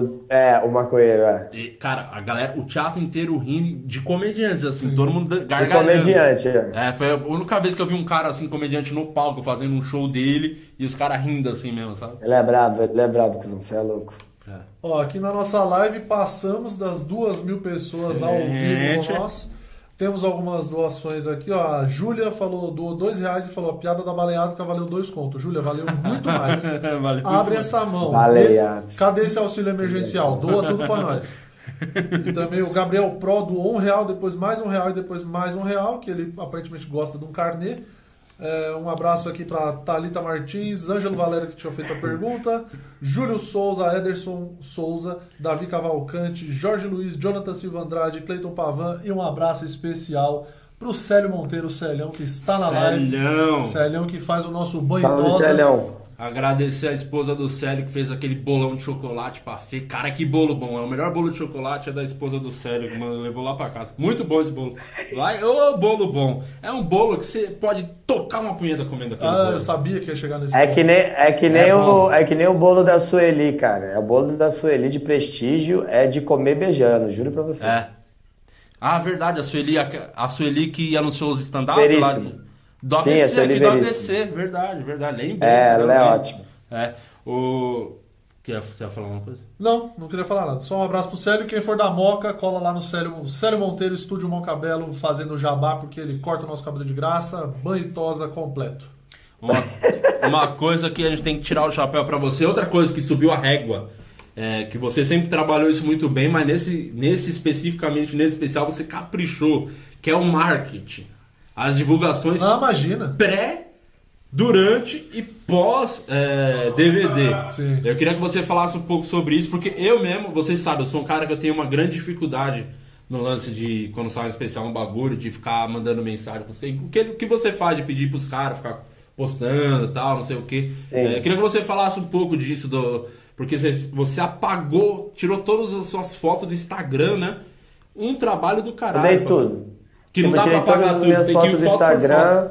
O maconheiro, E, cara, a galera, o teatro inteiro rindo de comediantes, assim, todo mundo gargalhando. De comediante, foi a única vez que eu vi um cara, assim, comediante no palco, fazendo um show dele, e os caras rindo assim mesmo, sabe? Ele é brabo, cuzão, você é louco. Ó, aqui na nossa live passamos das 2.000 pessoas ao vivo com nós. Temos algumas doações aqui, ó. A Júlia doou R$2 e falou: a piada da baleátrica valeu 2 contos. Júlia, valeu muito mais. Abre essa mão. Baleátrica. Cadê esse auxílio emergencial? Doa tudo pra nós. E também o Gabriel Pro doou R$1, depois mais R$1 e depois mais R$1, que ele aparentemente gosta de um carnê. Um abraço aqui para Thalita Martins, Ângelo Valério, que tinha feito a pergunta, Júlio Souza, Ederson Souza, Davi Cavalcante, Jorge Luiz, Jonathan Silva Andrade, Cleiton Pavan e um abraço especial pro Célio Monteiro, o Célio que está na live. Célio que faz o nosso banho idosa. Agradecer a esposa do Célio que fez aquele bolão de chocolate pra Fê. Cara, que bolo bom. É o melhor bolo de chocolate é da esposa do Célio, que levou lá pra casa. Muito bom esse bolo. Bolo bom. É um bolo que você pode tocar uma punheta comendo aquele bolo. Eu sabia que ia chegar nesse bolo. É que nem o bolo da Sueli, cara. É o bolo da Sueli de prestígio, é de comer beijando, juro pra você. Verdade. A Sueli que anunciou os stand-up lá. Do Sim, ABC, aqui do ABC, verdade. Lembrei. Ela é ótima. Você ia falar uma coisa? Não queria falar nada. Só um abraço pro Célio. Quem for da Moca, cola lá no Célio Monteiro, Estúdio Moncabelo, fazendo jabá, porque ele corta o nosso cabelo de graça, banho e tosa completo. Uma coisa que a gente tem que tirar o chapéu pra você, outra coisa que subiu a régua, que você sempre trabalhou isso muito bem, mas nesse especificamente, nesse especial, você caprichou, que é o marketing. As divulgações pré, durante e pós DVD. Sim. Eu queria que você falasse um pouco sobre isso, porque eu mesmo, vocês sabem, eu sou um cara que eu tenho uma grande dificuldade no lance de quando sai um especial, um bagulho, de ficar mandando mensagem pros caras. O que você faz de pedir pros caras, ficar postando e tal, não sei o quê. Queria que você falasse um pouco disso, porque você apagou, tirou todas as suas fotos do Instagram, né? Um trabalho do caralho. Mudei tudo. Que não dá pra apagar tudo. Minhas fotos do Instagram.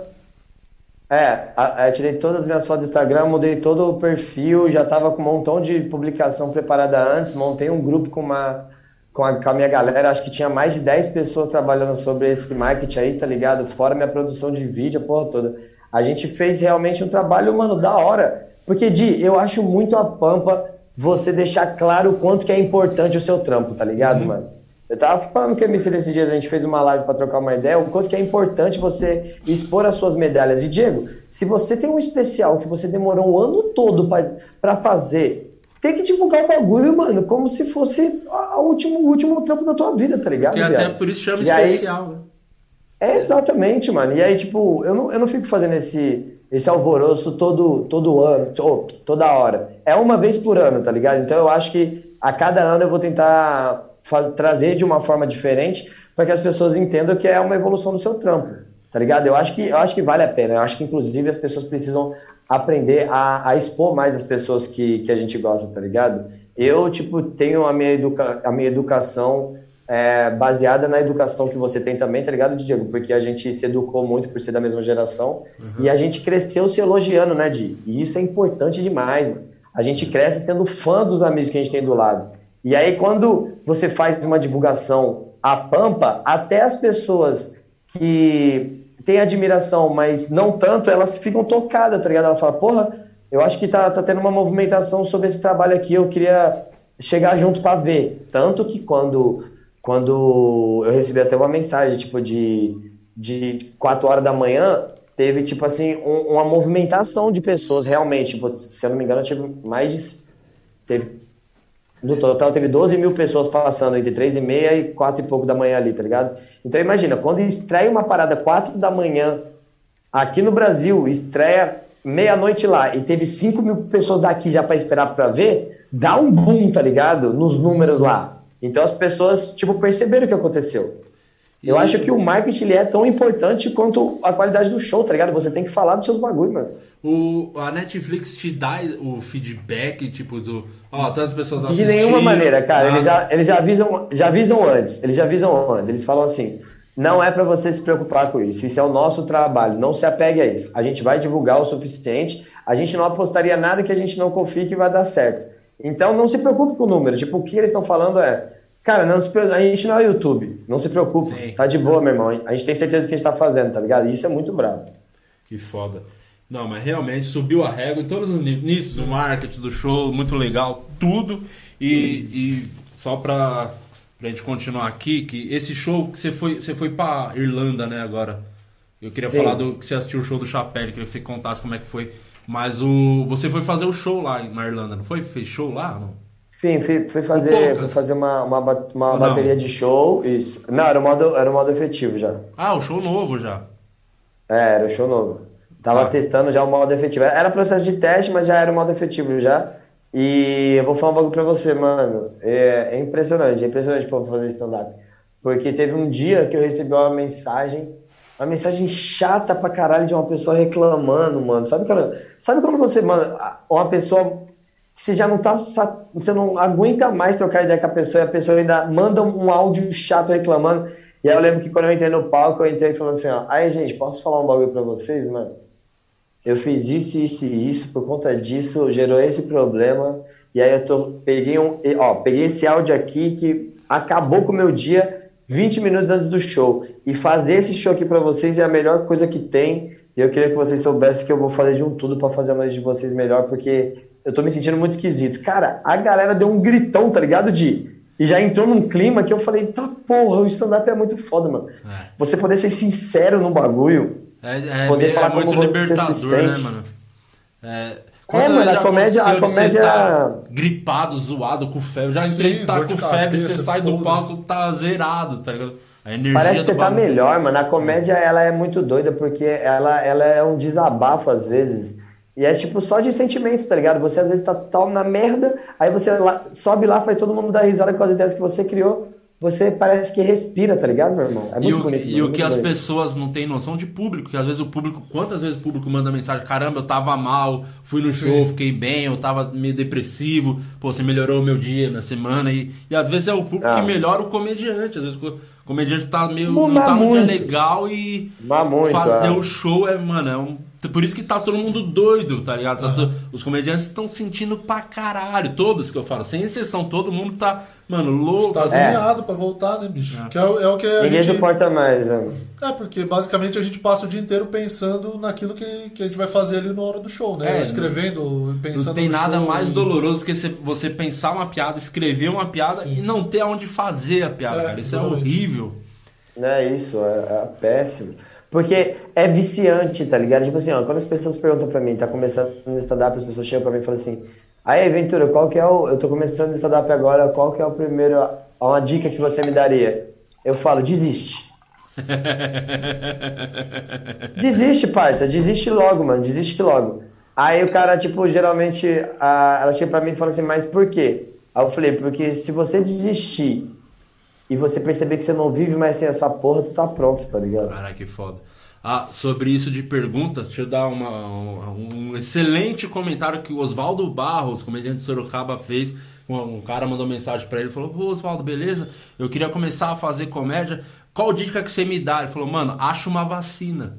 Tirei todas as minhas fotos do Instagram, mudei todo o perfil, já tava com um montão de publicação preparada antes, montei um grupo com a minha galera, acho que tinha mais de 10 pessoas trabalhando sobre esse marketing aí, tá ligado? Fora minha produção de vídeo, a porra toda. A gente fez realmente um trabalho, mano, da hora. Porque, Di, eu acho muito a pampa você deixar claro o quanto que é importante o seu trampo, tá ligado, mano? Eu tava falando com o MC desses dias, a gente fez uma live pra trocar uma ideia, o quanto que é importante você expor as suas medalhas. E, Diego, se você tem um especial que você demorou um ano todo pra fazer, tem que divulgar o bagulho, mano, como se fosse o último trampo da tua vida, tá ligado? E até por isso chama especial, né? Exatamente, mano. E aí, tipo, eu não fico fazendo esse alvoroço todo ano, toda hora. É uma vez por ano, tá ligado? Então eu acho que a cada ano eu vou tentar trazer de uma forma diferente para que as pessoas entendam que é uma evolução do seu trampo, tá ligado? Eu acho que vale a pena. Eu acho que, inclusive, as pessoas precisam aprender a expor mais as pessoas que a gente gosta, tá ligado? Eu, tipo, tenho a minha educação baseada na educação que você tem também, tá ligado, Diego? Porque a gente se educou muito por ser da mesma geração e a gente cresceu se elogiando, né, Di? E isso é importante demais, mano. A gente cresce sendo fã dos amigos que a gente tem do lado. E aí, quando você faz uma divulgação à pampa, até as pessoas que têm admiração, mas não tanto, elas ficam tocadas, tá ligado? Ela fala, porra, eu acho que tá tendo uma movimentação sobre esse trabalho aqui, eu queria chegar junto pra ver. Tanto que quando eu recebi até uma mensagem, tipo, de 4 horas da manhã, teve, tipo assim, uma movimentação de pessoas, realmente. Tipo, se eu não me engano, no total, teve 12 mil pessoas passando entre 3h30 e 4 e pouco da manhã ali, tá ligado? Então, imagina, quando estreia uma parada 4 da manhã, aqui no Brasil, estreia meia-noite lá, e teve 5 mil pessoas daqui já pra esperar pra ver, dá um boom, tá ligado? Nos números lá. Então as pessoas, tipo, perceberam o que aconteceu. Eu acho que o marketing ele é tão importante quanto a qualidade do show, tá ligado? Você tem que falar dos seus bagulhos, mano. A Netflix te dá o feedback, tipo, tantas pessoas assistindo. De nenhuma maneira, cara. Eles já avisam antes. Eles falam assim, não é pra você se preocupar com isso. Isso é o nosso trabalho. Não se apegue a isso. A gente vai divulgar o suficiente. A gente não apostaria nada que a gente não confie que vai dar certo. Então não se preocupe com o número. Tipo, o que eles estão falando cara, a gente não é YouTube. Não se preocupe. Sim. Tá de boa, meu irmão. A gente tem certeza do que a gente tá fazendo, tá ligado? Isso é muito bravo. Que foda. Não, mas realmente subiu a régua em todos os níveis do marketing, do show, muito legal, tudo. E só pra gente continuar aqui, que esse show que você foi pra Irlanda, né, agora. Eu queria falar que você assistiu o show do Chapelle, queria que você contasse como é que foi. Mas você foi fazer o show lá na Irlanda, não foi? Fez show lá, não? Sim, fui fazer uma bateria de show, isso. Não, era o modo efetivo já. Ah, o show novo já. Era o show novo. Tava testando já o modo efetivo. Era processo de teste, mas já era o modo efetivo já. E eu vou falar um bagulho pra você, mano. É impressionante pra fazer stand-up. Porque teve um dia que eu recebi uma mensagem chata pra caralho de uma pessoa reclamando, mano. Sabe quando você, mano, uma pessoa que você não aguenta mais trocar ideia com a pessoa e a pessoa ainda manda um áudio chato reclamando. E aí eu lembro que quando eu entrei no palco, eu entrei falando assim, aí gente, posso falar um bagulho pra vocês, mano? Eu fiz isso, por conta disso, gerou esse problema. E aí peguei esse áudio aqui que acabou com o meu dia 20 minutos antes do show. E fazer esse show aqui pra vocês é a melhor coisa que tem. E eu queria que vocês soubessem que eu vou fazer de um tudo pra fazer a noite de vocês melhor, porque eu tô me sentindo muito esquisito. Cara, a galera deu um gritão, tá ligado, Di? E já entrou num clima que eu falei, tá porra, o stand-up é muito foda, mano. Você poder ser sincero no bagulho. Poder falar muito como libertador, você se sente. né, mano? Mano, a comédia... Tá gripado, zoado, com febre. Eu já entrei, tá com febre, você sai do palco, tá zerado, tá ligado? A energia parece que você tá melhor, mano. A comédia, ela é muito doida, porque ela é um desabafo, às vezes. E é tipo só de sentimentos, tá ligado? Você às vezes tá na merda, aí você sobe lá, faz todo mundo dar risada com as ideias que você criou. você parece que respira, tá ligado, meu irmão? É muito bonito. E o que as pessoas não têm noção de público, que às vezes quantas vezes o público manda mensagem, caramba, eu tava mal, fui no show, fiquei bem, eu tava meio depressivo, pô, você melhorou o meu dia, minha semana, e às vezes é o público que melhora o comediante, às vezes o comediante tá meio, não tá num dia legal e fazer o show por isso que tá todo mundo doido, tá ligado? Os comediantes estão sentindo pra caralho, todos que eu falo, sem exceção, todo mundo tá, mano, louco. Tá desenhado pra voltar, né, bicho? Que é o que a Ninguém gente... suporta mais, né? Porque basicamente a gente passa o dia inteiro pensando naquilo que a gente vai fazer ali na hora do show, né? Escrevendo, pensando não tem nada mais doloroso do que você pensar uma piada, escrever uma piada e não ter aonde fazer a piada, cara. Isso exatamente. É horrível. É isso, é péssimo. Porque é viciante, tá ligado? Tipo assim, ó, quando as pessoas perguntam pra mim, tá começando no stand-up, as pessoas chegam pra mim e falam assim, aí, Ventura, qual que é eu tô começando no stand-up agora, qual que é o primeiro, uma dica que você me daria? Eu falo, desiste. Desiste, parça, desiste logo, mano, desiste logo. Aí o cara, tipo, geralmente, ela chega pra mim e fala assim, mas por quê? Aí eu falei, porque se você desistir e você perceber que você não vive mais sem essa porra, tu tá pronto, tá ligado? Caraca, que foda. Sobre isso de pergunta, deixa eu dar um excelente comentário que o Oswaldo Barros, comediante de Sorocaba, fez. Um cara mandou mensagem pra ele e falou, Oswaldo, beleza? Eu queria começar a fazer comédia. Qual dica que você me dá? Ele falou, mano, acha uma vacina.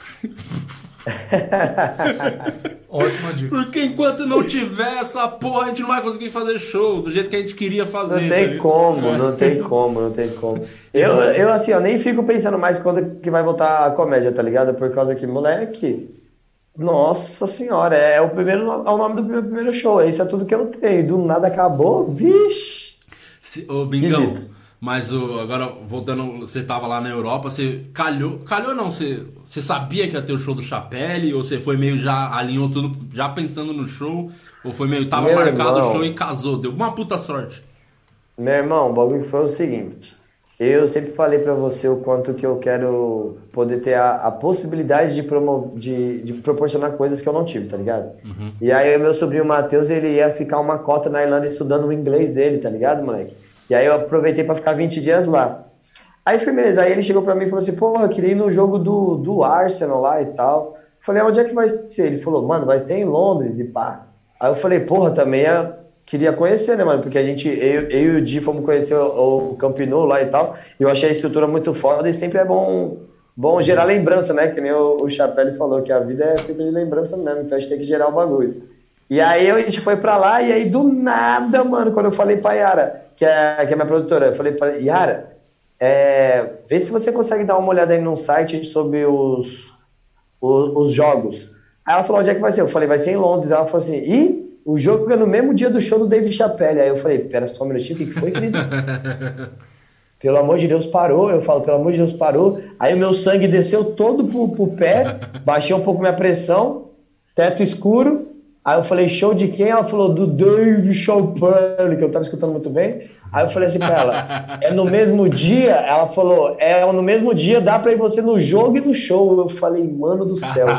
Ótima dica. Porque enquanto não tiver essa porra, a gente não vai conseguir fazer show do jeito que a gente queria fazer. Não tem como. Eu assim, eu nem fico pensando mais quando que vai voltar a comédia, tá ligado? Por causa que, moleque, nossa senhora, é o nome do meu primeiro show, isso é tudo que eu tenho. Do nada acabou, vixe. Ô, Bingão, mas agora, voltando, você tava lá na Europa, você calhou não, você sabia que ia ter o show do Chapelle, ou você foi meio já, alinhou tudo, já pensando no show, ou foi meio, tava marcado o show e casou, deu uma puta sorte. Meu irmão, o bagulho foi o seguinte, eu sempre falei pra você o quanto que eu quero poder ter a possibilidade de proporcionar coisas que eu não tive, tá ligado? Uhum. E aí o meu sobrinho Matheus, ele ia ficar uma cota na Irlanda estudando o inglês dele, tá ligado, moleque? E aí eu aproveitei pra ficar 20 dias lá. Aí firmeza, aí ele chegou pra mim e falou assim, porra, eu queria ir no jogo do Arsenal lá e tal. Falei, onde é que vai ser? Ele falou, mano, vai ser em Londres e pá. Aí eu falei, porra, também queria conhecer, né, mano? Porque eu e o Di fomos conhecer o Camp Nou lá e tal. E eu achei a estrutura muito foda e sempre é bom gerar lembrança, né? Que nem o Chapelle falou, que a vida é feita de lembrança mesmo, então a gente tem que gerar o bagulho. E aí a gente foi pra lá e aí do nada, mano, quando eu falei pra Yara, que é minha produtora, eu falei pra Yara, vê se você consegue dar uma olhada aí num site sobre os jogos. Aí ela falou, onde é que vai ser? Eu falei, vai ser em Londres. Ela falou assim, o jogo é no mesmo dia do show do Dave Chappelle. Aí eu falei, pera só um minutinho, o que foi, querido? Pelo amor de Deus, parou. Eu falo, pelo amor de Deus, parou. Aí o meu sangue desceu todo pro pé, baixei um pouco minha pressão, teto escuro. Aí eu falei, show de quem? Ela falou, do Dave Chappelle, que eu tava escutando muito bem. Aí eu falei assim pra ela, é no mesmo dia? Ela falou, no mesmo dia, dá pra ir você no jogo e no show. Eu falei, mano do céu.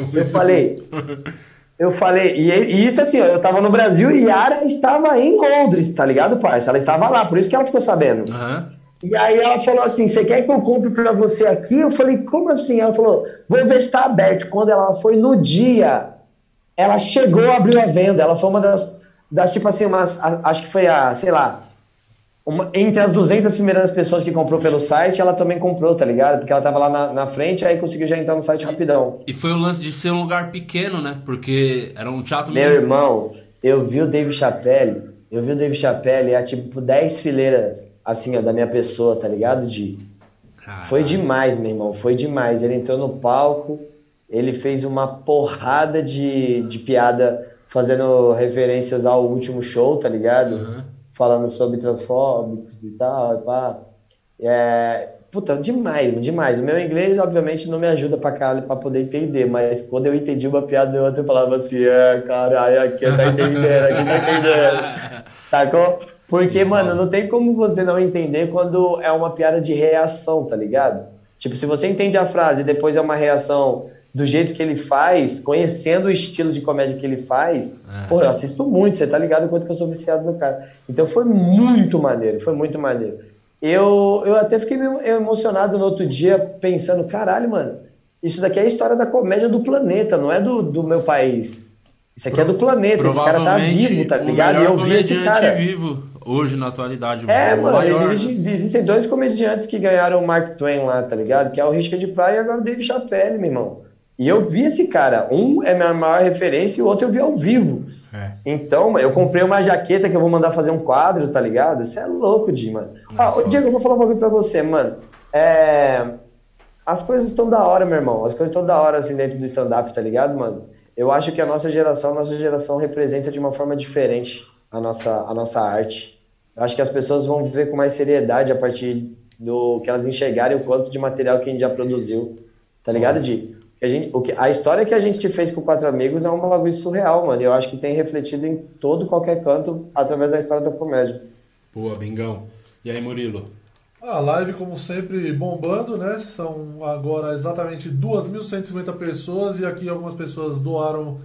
Eu falei, e isso assim, ó, eu tava no Brasil e Yara estava em Londres, tá ligado, parça? Ela estava lá, por isso que ela ficou sabendo. Uhum. E aí ela falou assim, você quer que eu compre pra você aqui? Eu falei, como assim? Ela falou, vou ver se tá aberto. Quando ela foi no dia, ela chegou, abriu a venda. Ela foi uma das tipo assim, acho que foi sei lá, entre as 200 primeiras pessoas que comprou pelo site, ela também comprou, tá ligado? Porque ela tava lá na frente, aí conseguiu já entrar no site rapidão. E foi o lance de ser um lugar pequeno, né? Porque era um teatro... Meu irmão, eu vi o Dave Chappelle a tipo 10 fileiras, assim, ó, da minha pessoa, tá ligado? Foi demais, meu irmão, foi demais. Ele entrou no palco, ele fez uma porrada de piada fazendo referências ao último show, tá ligado? Uhum. Falando sobre transfóbicos e tal, pá. Puta, demais. O meu inglês, obviamente, não me ajuda pra caralho pra poder entender, mas quando eu entendi uma piada ou outra, eu falava assim, caralho, aqui tá entendendo. Sacou? Porque, mano, não tem como você não entender quando é uma piada de reação, tá ligado? Tipo, se você entende a frase e depois é uma reação do jeito que ele faz, conhecendo o estilo de comédia que ele faz, porra, eu assisto muito, você tá ligado o quanto que eu sou viciado no cara. Então foi muito maneiro. Eu até fiquei meio emocionado no outro dia, pensando, caralho, mano, isso daqui é a história da comédia do planeta, não é do meu país. Isso aqui é do planeta, esse cara tá vivo, tá ligado? E eu vi esse cara vivo hoje na atualidade. Mano, existem 2 comediantes que ganharam o Mark Twain lá, tá ligado? Que é o Richard Pryor e agora o Dave Chappelle, meu irmão. E eu vi esse cara, um é minha maior referência e o outro eu vi ao vivo. Então, eu comprei uma jaqueta que eu vou mandar fazer um quadro, tá ligado? Você é louco, Di, mano. Diego, eu vou falar um bagulho pra você, mano. As coisas estão da hora, meu irmão. As coisas estão da hora, assim, dentro do stand-up, tá ligado, mano? Eu acho que a nossa geração representa de uma forma diferente a nossa arte. Eu acho que as pessoas vão viver com mais seriedade a partir do que elas enxergarem o quanto de material que a gente já produziu. Tá ligado, Di? A história que a gente fez com 4 Amigos é um bagulho surreal, mano. E eu acho que tem refletido em qualquer canto através da história da comédia. Boa, Bingão. E aí, Murilo? A live, como sempre, bombando, né? São agora exatamente 2.150 pessoas e aqui algumas pessoas doaram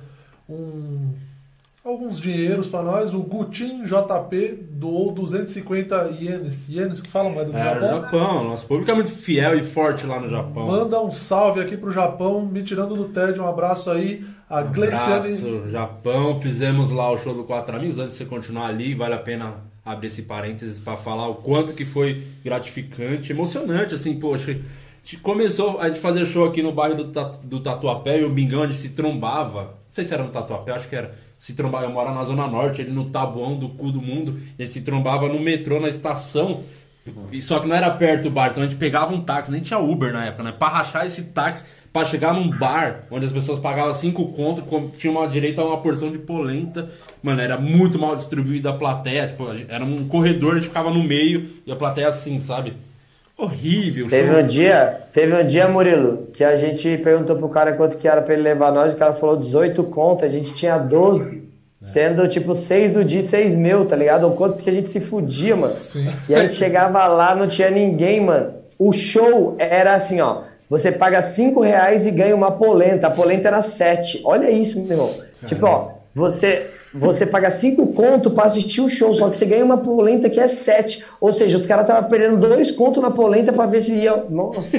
alguns dinheiros para nós. O Gutin JP doou 250 ienes. Ienes que fala, moeda do Japão? Japão. Nosso público é muito fiel e forte lá no Japão. Manda um salve aqui pro Japão, me tirando do tédio. Um abraço aí. A Gleiciane. Abraço, Japão. Fizemos lá o show do 4 Amigos. Antes de você continuar ali, vale a pena abrir esse parênteses para falar o quanto que foi gratificante, emocionante, assim, poxa. Começou a gente fazer show aqui no bairro do Tatuapé e o Bingão, a gente se trombava. Não sei se era no Tatuapé, acho que era. Se trombava, eu moro na Zona Norte, ele no Tabuão do cu do mundo. E a gente se trombava no metrô, na estação. E só que não era perto do bar, então a gente pegava um táxi, nem tinha Uber na época, né? Pra rachar esse táxi, pra chegar num bar onde as pessoas pagavam 5 conto, tinha direito a uma porção de polenta. Mano, era muito mal distribuída a plateia. Tipo, era um corredor, a gente ficava no meio e a plateia assim, sabe? Horrível. Teve um dia, Murilo, que a gente perguntou pro cara quanto que era pra ele levar nós, o cara falou 18 conto, a gente tinha 12. Sendo tipo 6 do dia, 6 mil, tá ligado? O quanto que a gente se fudia, mano. Sim. E a gente chegava lá, não tinha ninguém, mano. O show era assim, ó. Você paga 5 reais e ganha uma polenta. A polenta era 7. Olha isso, meu irmão. Tipo, ó, você paga 5 conto pra assistir o show, só que você ganha uma polenta que é 7. Ou seja, os caras estavam perdendo 2 conto na polenta pra ver se ia... Nossa.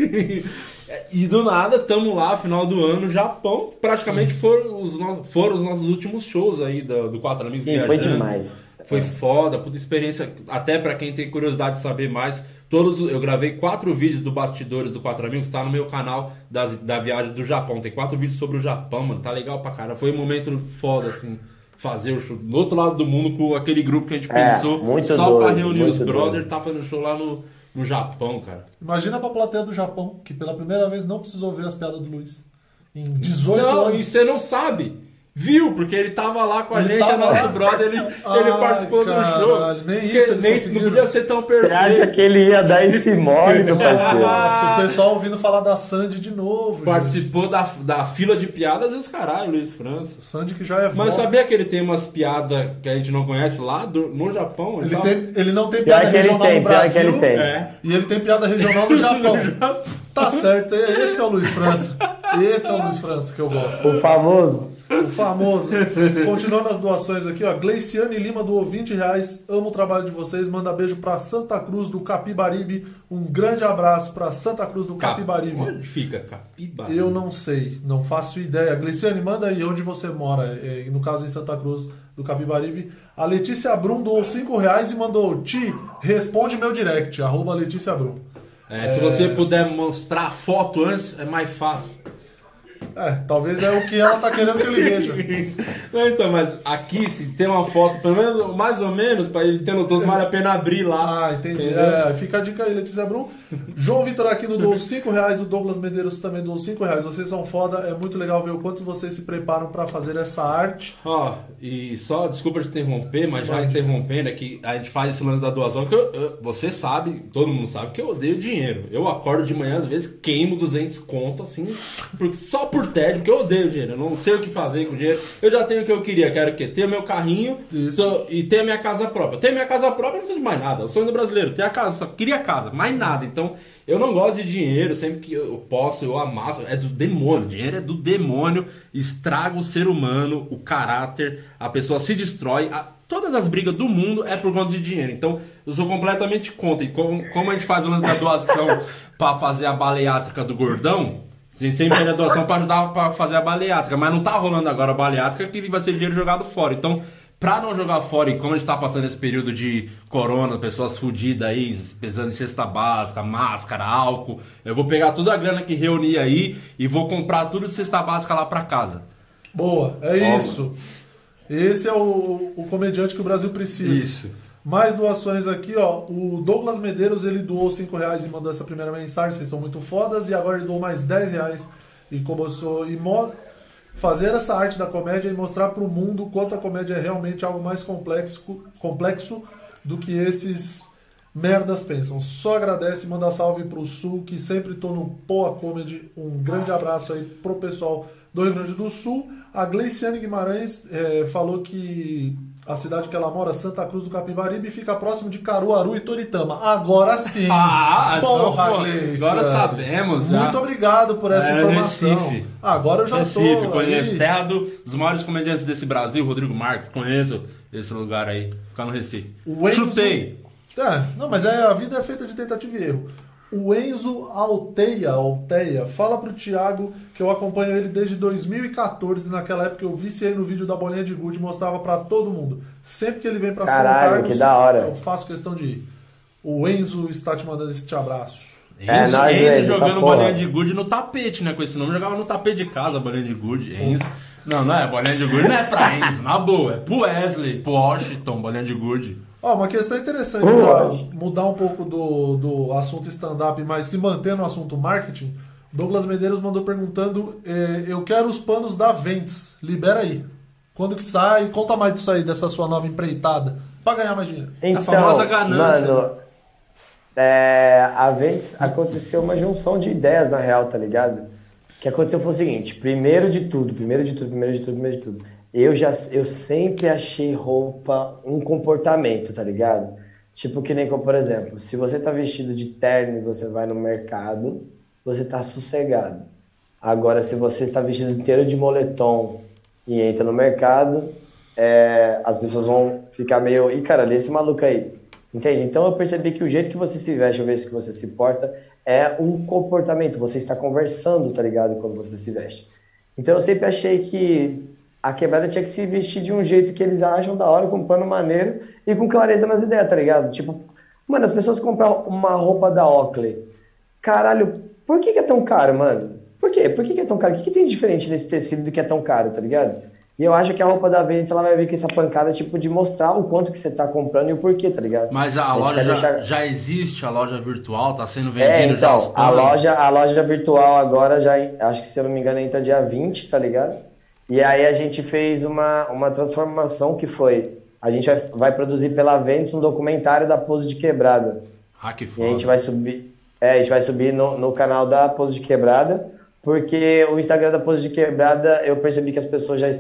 E do nada, tamo lá, final do ano, Japão. Praticamente foram os nossos últimos shows aí do 4 Amigos. Sim, foi demais. Foi foda, puta experiência. Até pra quem tem curiosidade de saber mais, eu gravei 4 vídeos do Bastidores do 4 Amigos, tá no meu canal da viagem do Japão. Tem 4 vídeos sobre o Japão, mano. Tá legal pra cara. Foi um momento foda, assim, fazer o show do outro lado do mundo com aquele grupo que a gente pensou só pra reunir os brothers, tá fazendo show lá no Japão, cara. Imagina pra plateia do Japão, que pela primeira vez não precisou ver as piadas do Luiz. Em 18 anos. Não, e você não sabe. Viu? Porque ele tava lá com a gente, é nosso brother, ele participou do show. Nem isso não podia ser tão perfeito. Você acha que ele ia dar esse mole, meu parceiro? Nossa, o pessoal ouvindo falar da Sandy de novo. Participou da fila de piadas e os caralho, Luiz França. Sandy que já é Mas sabia que ele tem umas piadas que a gente não conhece lá no Japão? Ele não tem piada regional no Brasil. Ele tem. E ele tem piada regional no Japão. Tá certo, esse é o Luiz França. Esse é o Luiz França que eu gosto. O famoso. Continuando as doações aqui, ó. Gleiciane Lima doou 20 reais. Amo o trabalho de vocês. Manda beijo pra Santa Cruz do Capibaribe. Um grande abraço pra Santa Cruz do Capibaribe. Onde fica Capibaribe? Eu não sei, não faço ideia. Gleiciane, manda aí onde você mora. No caso, em Santa Cruz do Capibaribe. A Letícia Brum doou 5 reais e mandou: Ti, responde meu direct. @Letícia Brum. Se você puder mostrar a foto antes, é mais fácil. Talvez é o que ela tá querendo que ele veja. Então, mas aqui, se tem uma foto, pelo menos, mais ou menos, pra ele ter noção, vale a pena abrir lá. Entendi. Fica a dica aí, Letícia Brum. João Vitor Aquino doou 5 reais, o Douglas Medeiros também doou 5 reais. Vocês são foda, é muito legal ver o quanto vocês se preparam pra fazer essa arte. E só, desculpa te interromper, mas já interrompendo, é que a gente faz esse lance da doação, que você sabe, todo mundo sabe, que eu odeio dinheiro. Eu acordo de manhã, às vezes, queimo 200 conto, assim, só por tédio, porque eu odeio dinheiro, eu não sei o que fazer com o dinheiro. Eu já tenho o que eu queria, quero o quê? Ter meu carrinho e ter a minha casa própria. Ter minha casa própria não precisa de mais nada, eu sou ainda brasileiro, ter a casa, só queria casa, mais nada. Então, eu não gosto de dinheiro, sempre que eu posso, eu amasso, é do demônio, dinheiro é do demônio, estraga o ser humano, o caráter, a pessoa se destrói, todas as brigas do mundo é por conta de dinheiro. Então, eu sou completamente contra. E como a gente faz o lance da doação pra fazer a baleátrica do gordão, a gente sempre pede a doação pra ajudar pra fazer a baleátrica. Mas não tá rolando agora a baleátrica, que vai ser dinheiro jogado fora. Então, pra não jogar fora, e como a gente tá passando esse período de corona, pessoas fodidas aí, precisando de cesta básica, máscara, álcool, eu vou pegar toda a grana que reuni aí e vou comprar tudo de cesta básica lá pra casa. Boa, isso. Esse é o comediante que o Brasil precisa. Isso. Mais doações aqui, ó. O Douglas Medeiros, ele doou R$5 e mandou essa primeira mensagem. Vocês são muito fodas. E agora ele doou mais R$10 e começou fazer essa arte da comédia e mostrar pro mundo o quanto a comédia é realmente algo mais complexo do que esses merdas pensam. Só agradece e manda salve pro Sul, que sempre tô no Poa Comedy. Um grande abraço aí pro pessoal do Rio Grande do Sul. A Gleiciane Guimarães falou que a cidade que ela mora, Santa Cruz do Capibaribe, fica próximo de Caruaru e Toritama. Agora sim! Porra, Gleiciane! Agora sabemos. Já. Muito obrigado por essa informação. Recife. Agora eu já Recife, conheço. Terra dos maiores comediantes desse Brasil, Rodrigo Marques. Conheço esse lugar aí. Ficar no Recife. Chutei! Não, mas a vida é feita de tentativa e erro. O Enzo Alteia, fala pro Thiago que eu acompanho ele desde 2014. Naquela época eu viciei no vídeo da bolinha de gude e mostrava pra todo mundo. Sempre que ele vem pra São Carlos, que da hora. Eu faço questão de ir. O Enzo está te mandando esse abraço. Enzo jogando bolinha de gude no tapete, né? Com esse nome, jogava no tapete de casa, bolinha de gude. Enzo. Não é. Bolinha de gude não é pra Enzo, na boa. É pro Wesley, pro Washington, bolinha de gude. Uma questão interessante para mudar um pouco do assunto stand-up, mas se manter no assunto marketing. Douglas Medeiros mandou perguntando: eu quero os panos da Ventes, libera aí. Quando que sai? Conta mais disso aí, dessa sua nova empreitada, para ganhar mais dinheiro. Então, a famosa ganância. Mano, a Ventes aconteceu uma junção de ideias, na real, tá ligado? O que aconteceu foi o seguinte: primeiro de tudo. Eu sempre achei roupa um comportamento, tá ligado? Tipo que nem como, por exemplo, se você tá vestido de terno e você vai no mercado, você tá sossegado. Agora, se você tá vestido inteiro de moletom e entra no mercado, as pessoas vão ficar meio... Ih, cara, lê esse maluco aí. Entende? Então eu percebi que o jeito que você se veste, o jeito que você se porta, é um comportamento. Você está conversando, tá ligado? Quando você se veste. Então eu sempre achei que a quebrada tinha que se vestir de um jeito que eles acham da hora, com um pano maneiro e com clareza nas ideias, tá ligado? Tipo, mano, as pessoas compram uma roupa da Oakley. Caralho, por que é tão caro, mano? Por quê? Por que é tão caro? O que tem de diferente nesse tecido do que é tão caro, tá ligado? E eu acho que a roupa da Ventes, ela vai vir com essa pancada, tipo, de mostrar o quanto que você tá comprando e o porquê, tá ligado? Mas a loja já existe, a loja virtual, tá sendo vendida então, já. A loja virtual agora já, acho que se eu não me engano, entra dia 20, tá ligado? E aí a gente fez uma transformação que foi, a gente vai produzir pela Ventes um documentário da Pose de Quebrada. Que foda. E a gente vai subir no canal da Pose de Quebrada, porque o Instagram da Pose de Quebrada, eu percebi que as pessoas já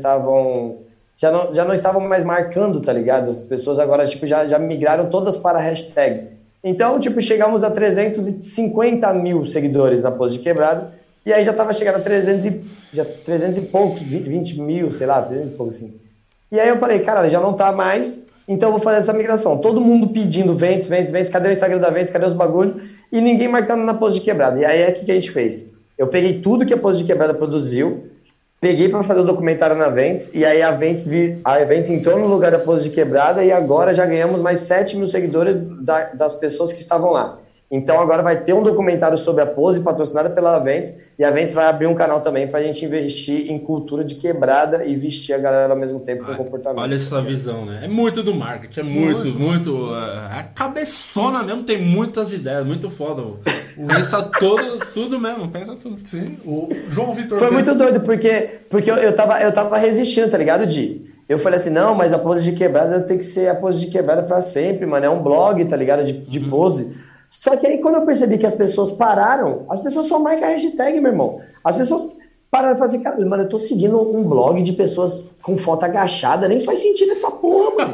não estavam mais marcando, tá ligado? As pessoas agora, tipo, já migraram todas para a hashtag. Então, tipo, chegamos a 350 mil seguidores na Pose de Quebrada, e aí já tava chegando a 300 e poucos, 20 mil, sei lá, 300 e poucos assim. E aí eu falei, cara, já não tá mais, então eu vou fazer essa migração. Todo mundo pedindo Ventes, cadê o Instagram da Ventes, cadê os bagulho? E ninguém marcando na Pose de Quebrada. E aí o que a gente fez? Eu peguei tudo que a Pose de Quebrada produziu, peguei para fazer o documentário na Ventes, e aí a Ventes entrou no lugar da Pose de Quebrada, e agora já ganhamos mais 7 mil seguidores das pessoas que estavam lá. Então agora vai ter um documentário sobre a Pose, patrocinada pela Ventes, e a Ventes vai abrir um canal também pra gente investir em cultura de quebrada e vestir a galera ao mesmo tempo com comportamento. Olha essa visão, né? É muito do marketing, é muito. A cabeçona mesmo, tem muitas ideias, muito foda. Pensa tudo mesmo, pensa tudo. Sim, o João Vitor... Foi muito doido, porque eu tava resistindo, tá ligado, Di? Eu falei assim, não, mas a Pose de Quebrada tem que ser a Pose de Quebrada pra sempre, mano. É um blog, tá ligado, de pose. Só que aí quando eu percebi que as pessoas pararam, as pessoas só marcam a hashtag, meu irmão. As pessoas pararam e falaram assim, cara, mano, eu tô seguindo um blog de pessoas com foto agachada, nem faz sentido essa porra, mano.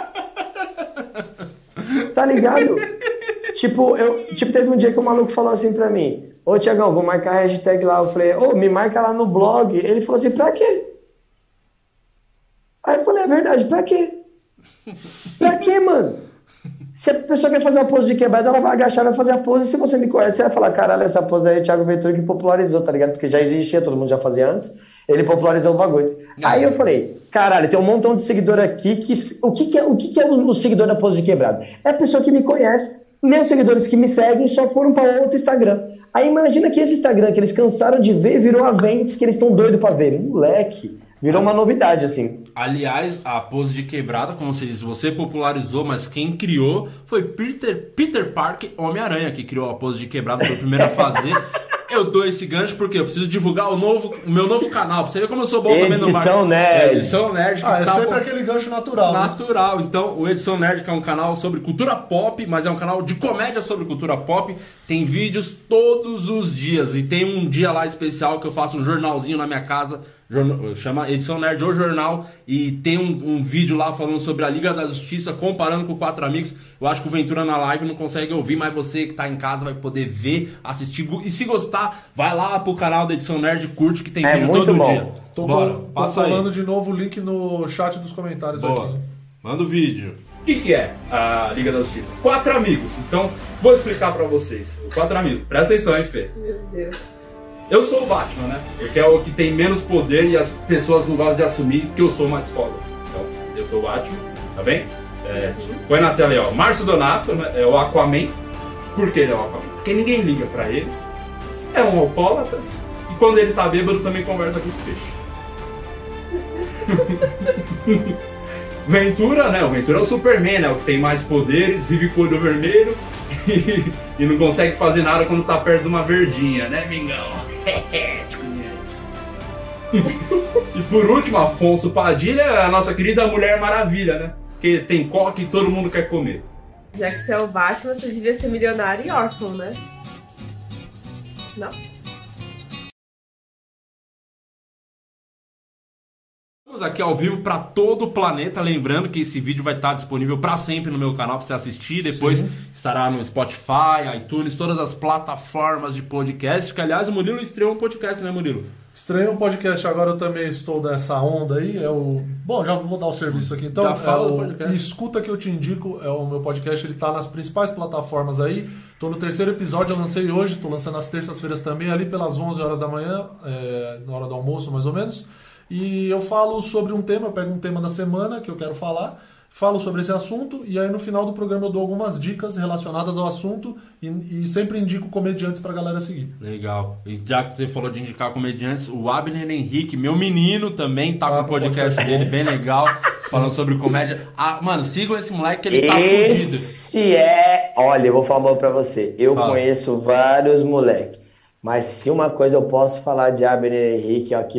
Tá ligado? Tipo, teve um dia que o maluco falou assim pra mim, ô Tiagão, vou marcar a hashtag lá. Eu falei, me marca lá no blog. Ele falou assim, pra quê? Aí eu falei, é verdade, pra quê? Pra quê, mano? Se a pessoa quer fazer uma pose de quebrada, ela vai agachar, vai fazer a pose. Se você me conhece, você vai falar, caralho, essa pose aí é o Thiago Ventura que popularizou, tá ligado? Porque já existia, todo mundo já fazia antes. Ele popularizou o bagulho. Aí eu falei, caralho, tem um montão de seguidor aqui que... O que é o seguidor da pose de quebrada? É a pessoa que me conhece. Meus seguidores que me seguem só foram para outro Instagram. Aí imagina que esse Instagram que eles cansaram de ver virou a Ventes que eles estão doidos para ver. Moleque, virou uma novidade, assim. Aliás, a pose de quebrada, como você disse, você popularizou, mas quem criou foi Peter Parker, Homem-Aranha, que criou a pose de quebrada, foi o primeiro a fazer. Eu dou esse gancho porque eu preciso divulgar o meu novo canal. Pra você ver como eu sou bom também no marketing. Edição Nerd. Edição Nerd. Que é sempre aquele gancho natural. Natural. Né? Então, o Edição Nerd, que é um canal sobre cultura pop, mas é um canal de comédia sobre cultura pop. Tem vídeos todos os dias. E tem um dia lá especial que eu faço um jornalzinho na minha casa. Chama Edição Nerd ou Jornal. E tem um vídeo lá falando sobre a Liga da Justiça, comparando com 4 Amigos. Eu acho que o Ventura na live não consegue ouvir, mas você que tá em casa vai poder ver, assistir. E se gostar, vai lá pro canal da Edição Nerd, curte, que tem vídeo todo dia. Tô falando de novo o link no chat dos comentários aqui. Manda o vídeo. O que é a Liga da Justiça? 4 Amigos. Então, vou explicar pra vocês. 4 Amigos. Presta atenção, hein, Fê? Meu Deus. Eu sou o Batman, né? Porque é o que tem menos poder e as pessoas não gostam de assumir que eu sou mais foda. Então, eu sou o Batman, tá bem? Põe na tela aí, ó. Márcio Donato, né? É o Aquaman. Por que ele é o Aquaman? Porque ninguém liga pra ele. É um alcoólatra. E quando ele tá bêbado, também conversa com os peixes. Ventura, né? O Ventura é o Superman, né? O que tem mais poderes, vive com o olho vermelho e não consegue fazer nada quando tá perto de uma verdinha, né, Mingão? Te conheço. E por último, Afonso Padilha é a nossa querida Mulher Maravilha, né? Que tem coca e todo mundo quer comer. Já que você é o Batman, você devia ser milionário e órfão, né? Não? Estamos aqui ao vivo para todo o planeta, lembrando que esse vídeo vai estar disponível para sempre no meu canal para você assistir, depois estará no Spotify, iTunes, todas as plataformas de podcast, que aliás o Murilo estreou um podcast, né, Murilo? Estreei um podcast, agora eu também estou dessa onda aí, Bom, já vou dar o serviço aqui então, Escuta Que Eu Te Indico, é o meu podcast, ele está nas principais plataformas aí, estou no 3º episódio, eu lancei hoje, estou lançando às terças-feiras também, ali pelas 11 horas da manhã, na hora do almoço mais ou menos. E eu falo sobre um tema, eu pego um tema da semana que eu quero falar, falo sobre esse assunto e aí no final do programa eu dou algumas dicas relacionadas ao assunto e sempre indico comediantes pra galera seguir. Legal. E já que você falou de indicar comediantes, o Abner Henrique, meu menino, também tá com o podcast dele bem legal, falando sobre comédia. Mano, sigam esse moleque que ele tá fudido. Olha, eu vou falar uma pra você. Eu conheço vários moleques, mas se uma coisa eu posso falar de Abner Henrique, ó, que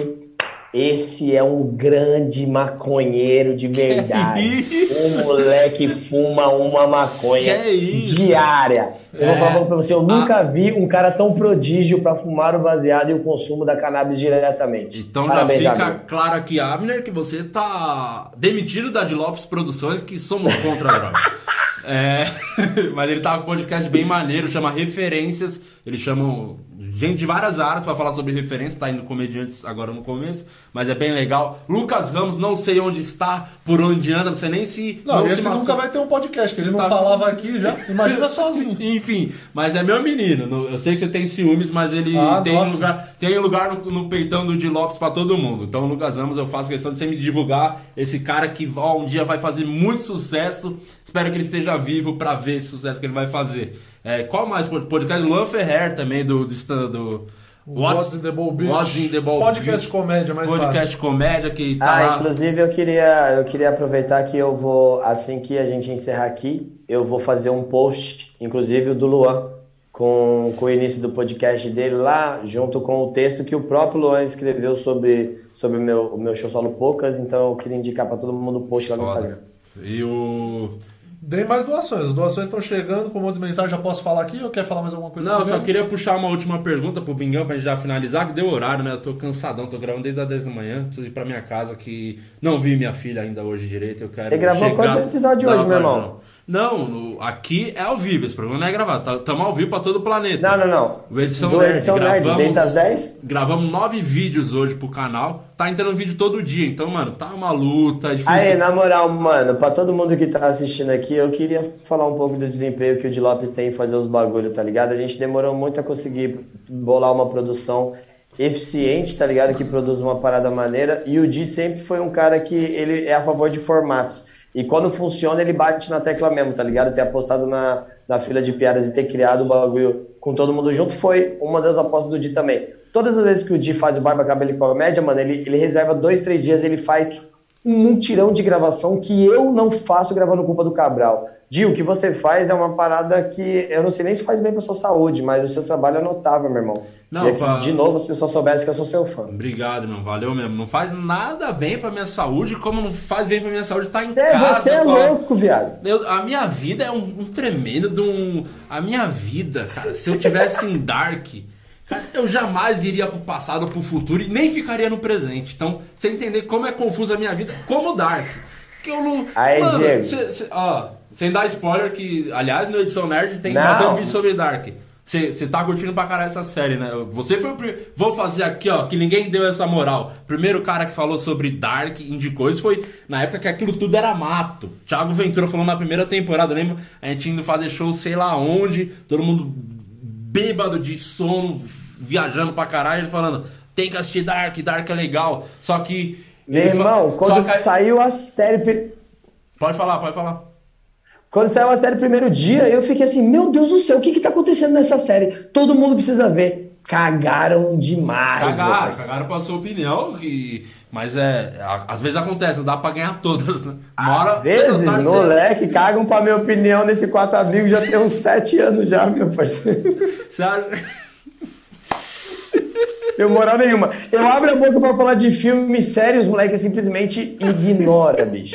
esse é um grande maconheiro de verdade. O moleque fuma uma maconha diária. Eu vou falar pra você, eu nunca vi um cara tão prodígio pra fumar o baseado e o consumo da cannabis diretamente. Então parabéns, já fica claro aqui, Abner, que você tá demitido da Dilopes Produções, que somos contra a droga. Mas ele tá com um podcast bem maneiro, chama Referências. Eles chamam gente de várias áreas pra falar sobre referências. Tá indo comediantes agora no começo, mas é bem legal. Lucas Ramos, não sei onde está, por onde anda, não sei nem se... Esse nunca vai ter um podcast, que ele não falava aqui já. Imagina sozinho. Enfim, mas é meu menino. Eu sei que você tem ciúmes, mas ele tem lugar no peitão do Di Lopes pra todo mundo. Então, Lucas Ramos, eu faço questão de você me divulgar. Esse cara que um dia vai fazer muito sucesso. Espero que ele esteja vivo pra ver esse sucesso que ele vai fazer. Qual mais podcast? Luan Ferrer também, do What's in the Ball Beach. Podcast de comédia, mais fácil. Podcast de comédia que tá lá. Inclusive eu queria aproveitar que eu vou, assim que a gente encerrar aqui, eu vou fazer um post, inclusive o do Luan, com o início do podcast dele lá, junto com o texto que o próprio Luan escreveu sobre o meu show solo Poucas, então eu queria indicar pra todo mundo o post lá no Instagram. Dei mais doações. As doações estão chegando com um monte de mensagem. Já posso falar aqui ou quer falar mais alguma coisa? Não, eu só queria puxar uma última pergunta pro Bingão pra gente já finalizar, que deu horário, né? Eu tô cansadão, tô gravando desde as 10 da manhã. Preciso ir pra minha casa, que não vi minha filha ainda hoje direito. Eu quero. Você gravou quantos episódios hoje, meu irmão? Não, aqui é ao vivo, esse programa não é gravado. Estamos ao vivo pra todo o planeta. Não. O Edição Do Nerd. Edição Nerd, desde as 10? Gravamos 9 vídeos hoje pro canal. Tá entrando vídeo todo dia, então, mano, tá uma luta, é difícil. Aí, na moral, mano, pra todo mundo que tá assistindo aqui, eu queria falar um pouco do desempenho que o Di Lopes tem em fazer os bagulho, tá ligado? A gente demorou muito a conseguir bolar uma produção eficiente, tá ligado? Que produz uma parada maneira. E o Di sempre foi um cara que ele é a favor de formatos. E quando funciona, ele bate na tecla mesmo, tá ligado? Ter apostado na fila de piadas e ter criado o bagulho com todo mundo junto foi uma das apostas do Di também. Todas as vezes que o Di faz o Barba, Cabelo e Comédia, mano, ele reserva 2, 3 dias, ele faz um mutirão de gravação que eu não faço gravando Culpa do Cabral. Di, o que você faz é uma parada que eu não sei nem se faz bem pra sua saúde, mas o seu trabalho é notável, meu irmão. Não, e aqui, de novo, as pessoas soubessem que eu sou seu fã. Obrigado, meu. Valeu mesmo. Não faz nada bem pra minha saúde, como não faz bem pra minha saúde tá em casa. Você é louco, viado. A minha vida é um tremendo de um... A minha vida, cara, se eu tivesse em Dark... Cara, eu jamais iria pro passado ou pro futuro e nem ficaria no presente. Então, você entender como é confusa a minha vida, como Dark. Que eu não... Aí, mano, Diego. Sem dar spoiler, que, aliás, no Edição Nerd tem bastante vídeo sobre Dark. Você tá curtindo pra caralho essa série, né? Você foi o primeiro... Vou fazer aqui, ó, que ninguém deu essa moral. Primeiro cara que falou sobre Dark, indicou isso, foi na época que aquilo tudo era mato. Thiago Ventura falou na primeira temporada, lembra? A gente indo fazer show sei lá onde, todo mundo bêbado de sono, viajando pra caralho, ele falando, tem que assistir Dark é legal. Só que... Meu irmão, quando saiu a série... Pode falar. Quando saiu a série primeiro dia, eu fiquei assim, meu Deus do céu, o que tá acontecendo nessa série? Todo mundo precisa ver. Cagaram demais. Cagaram pra sua opinião, mas às vezes acontece, não dá pra ganhar todas, né? Às vezes, moleque, cagam pra minha opinião nesse 4 amigos já tem uns 7 anos já, meu parceiro. Você acha... Tem moral nenhuma. Eu abro a boca pra falar de filme sério, os moleques simplesmente ignora, bicho.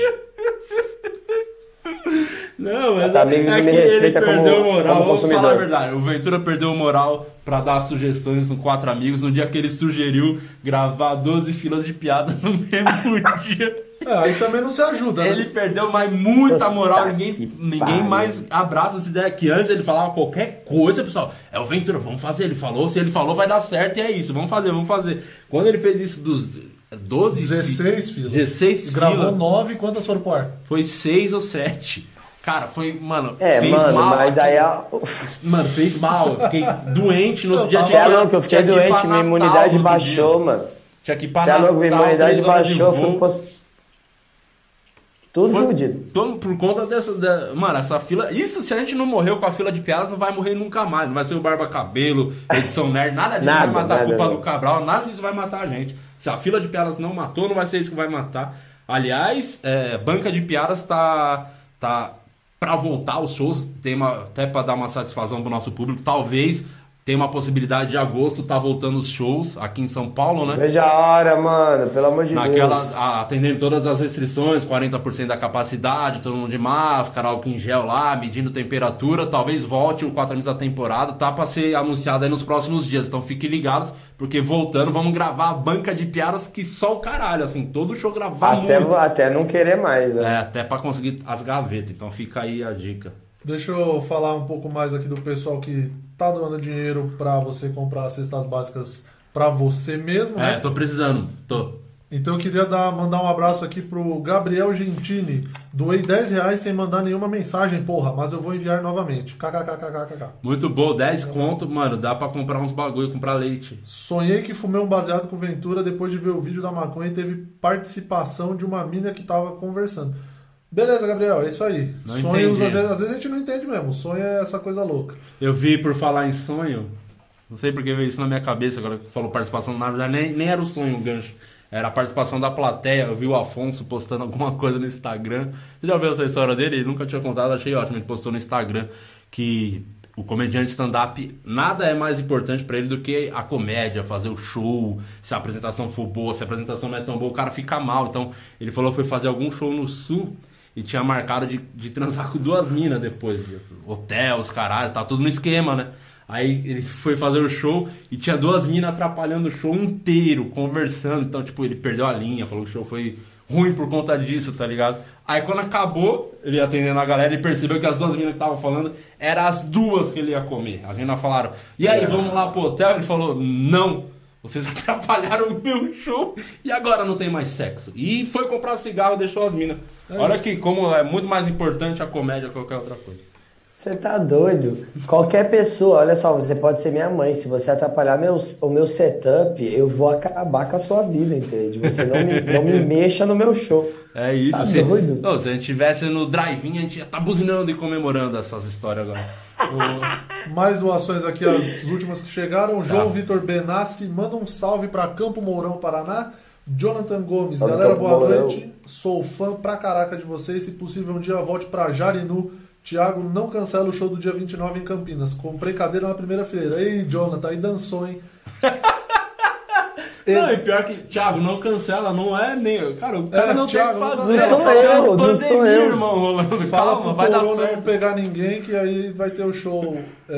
Não, mas me respeita ele perdeu o moral. como Vamos consumidor. falar a verdade. O Ventura perdeu o moral pra dar sugestões no 4 Amigos no dia que ele sugeriu gravar 12 filas de piada no mesmo dia. Aí também não se ajuda, né? Ele perdeu mais muita moral. Ninguém mais abraça essa ideia. Que antes ele falava qualquer coisa, pessoal. É o Ventura, vamos fazer. Ele falou, se ele falou vai dar certo e é isso. Vamos fazer. Quando ele fez isso dos 12 16 filas. 16 filas. Gravou 9, quantas foram pro ar? Foi 6 ou 7. Cara, foi, mano, fez mal. Mas aí Mano, fez mal. Eu fiquei doente no dia de... É louco, eu fiquei doente, minha imunidade baixou, mano. Tinha que ir pra Natal. Você é louco, minha imunidade baixou, tudo fodido. Por conta dessa... Mano, essa fila... Isso, se a gente não morreu com a fila de piadas, não vai morrer nunca mais. Não vai ser o Barba Cabelo, Edição Nerd, nada disso vai matar a culpa do Cabral, nada disso vai matar a gente. Se a fila de piadas não matou, não vai ser isso que vai matar. Aliás, banca de piadas tá pra voltar aos shows, até pra dar uma satisfação pro nosso público, talvez tem uma possibilidade de agosto tá voltando os shows aqui em São Paulo, né? Veja a hora, mano, pelo amor de Deus. Atendendo todas as restrições, 40% da capacidade, todo mundo de máscara, álcool em gel lá, medindo temperatura, talvez volte o 4 Amigos da temporada, tá pra ser anunciado aí nos próximos dias, então fiquem ligados, porque voltando, vamos gravar a banca de piadas que só o caralho, assim, todo show gravar muito. Até não querer mais, né? Até pra conseguir as gavetas, então fica aí a dica. Deixa eu falar um pouco mais aqui do pessoal que tá doando dinheiro pra você comprar cestas básicas pra você mesmo, né? Tô precisando, Então eu queria mandar um abraço aqui pro Gabriel Gentini. Doei R$10 sem mandar nenhuma mensagem, porra, mas eu vou enviar novamente. KKKKKK. Muito bom, 10 conto, mano, dá pra comprar uns bagulho, comprar leite. Sonhei que fumei um baseado com Ventura depois de ver o vídeo da maconha e teve participação de uma mina que tava conversando. Beleza, Gabriel, é isso aí. Não Sonhos, entendi. às vezes a gente não entende mesmo. Sonho é essa coisa louca. Eu vi, por falar em sonho, não sei porque veio isso na minha cabeça, agora que falou participação, na verdade nem era o sonho, o gancho. Era a participação da plateia. Eu vi o Afonso postando alguma coisa no Instagram. Você já viu essa história dele? Ele nunca tinha contado, achei ótimo. Ele postou no Instagram que o comediante stand-up, nada é mais importante pra ele do que a comédia, fazer o show. Se a apresentação for boa, se a apresentação não é tão boa, o cara fica mal. Então ele falou que foi fazer algum show no Sul e tinha marcado de transar com 2 minas depois. Hotel, os caralho, tá tudo no esquema, né? Aí ele foi fazer o show e tinha 2 minas atrapalhando o show inteiro, conversando. Então, tipo, ele perdeu a linha, falou que o show foi ruim por conta disso, tá ligado? Aí quando acabou, ele atendendo a galera, ele percebeu que as 2 minas que estavam falando eram as 2 que ele ia comer. As minas falaram, e aí, vamos lá pro hotel? Ele falou, não, vocês atrapalharam o meu show e agora não tem mais sexo. E foi comprar cigarro e deixou as minas. Olha que como é muito mais importante a comédia que qualquer outra coisa. Você tá doido? Qualquer pessoa, olha só, você pode ser minha mãe. Se você atrapalhar o meu setup, eu vou acabar com a sua vida, entende? Você não me mexa no meu show. É isso. Tá doido? Não, se a gente estivesse no drive-in, a gente ia estar buzinando e comemorando essas histórias agora. Mais doações aqui, as últimas que chegaram. João Vitor Benassi, manda um salve pra Campo Mourão, Paraná. Jonathan Gomes, salve, galera, Campo boa Mourão. noite. Sou fã pra caraca de vocês. Se possível, um dia volte pra Jarinu. Thiago, não cancela o show do dia 29 em Campinas. Comprei cadeira na primeira fileira. Ei, Jonathan, aí dançou, hein? Não, e pior que, Thiago, não cancela, não é nem... Cara, o cara não Thiago, tem que não fazer. sou É eu, uma não sou pandemia, eu. irmão, rolando. Fala Calma, pro vai dar Corona certo. não pegar ninguém, que aí vai ter o show.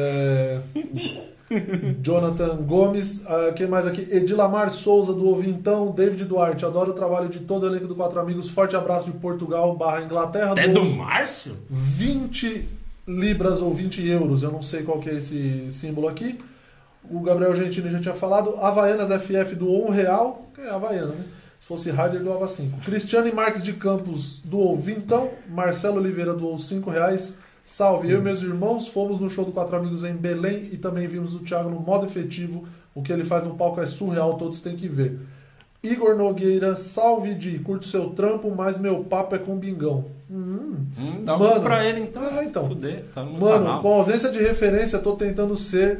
Jonathan Gomes, quem mais aqui? Edilamar Souza, do Ouvintão. David Duarte, adoro o trabalho de todo o elenco do 4 Amigos. Forte abraço de Portugal / Inglaterra. Até do Márcio? 20 libras ou 20 euros, eu não sei qual que é esse símbolo aqui. O Gabriel Gentili já tinha falado. Havaianas FF doou R$1. É Havaiana, né? Se fosse Ryder, doava 5. Cristiane Marques de Campos doou Vintão. Marcelo Oliveira doou R$5. Salve, eu e meus irmãos fomos no show do 4 Amigos em Belém e também vimos o Thiago no modo efetivo. O que ele faz no palco é surreal, todos têm que ver. Igor Nogueira, salve Di, curto seu trampo, mas meu papo é com Bingão. Dá Mano, pra ele então. então. Fuder, tá no Mano, canal. com ausência de referência, tô tentando ser.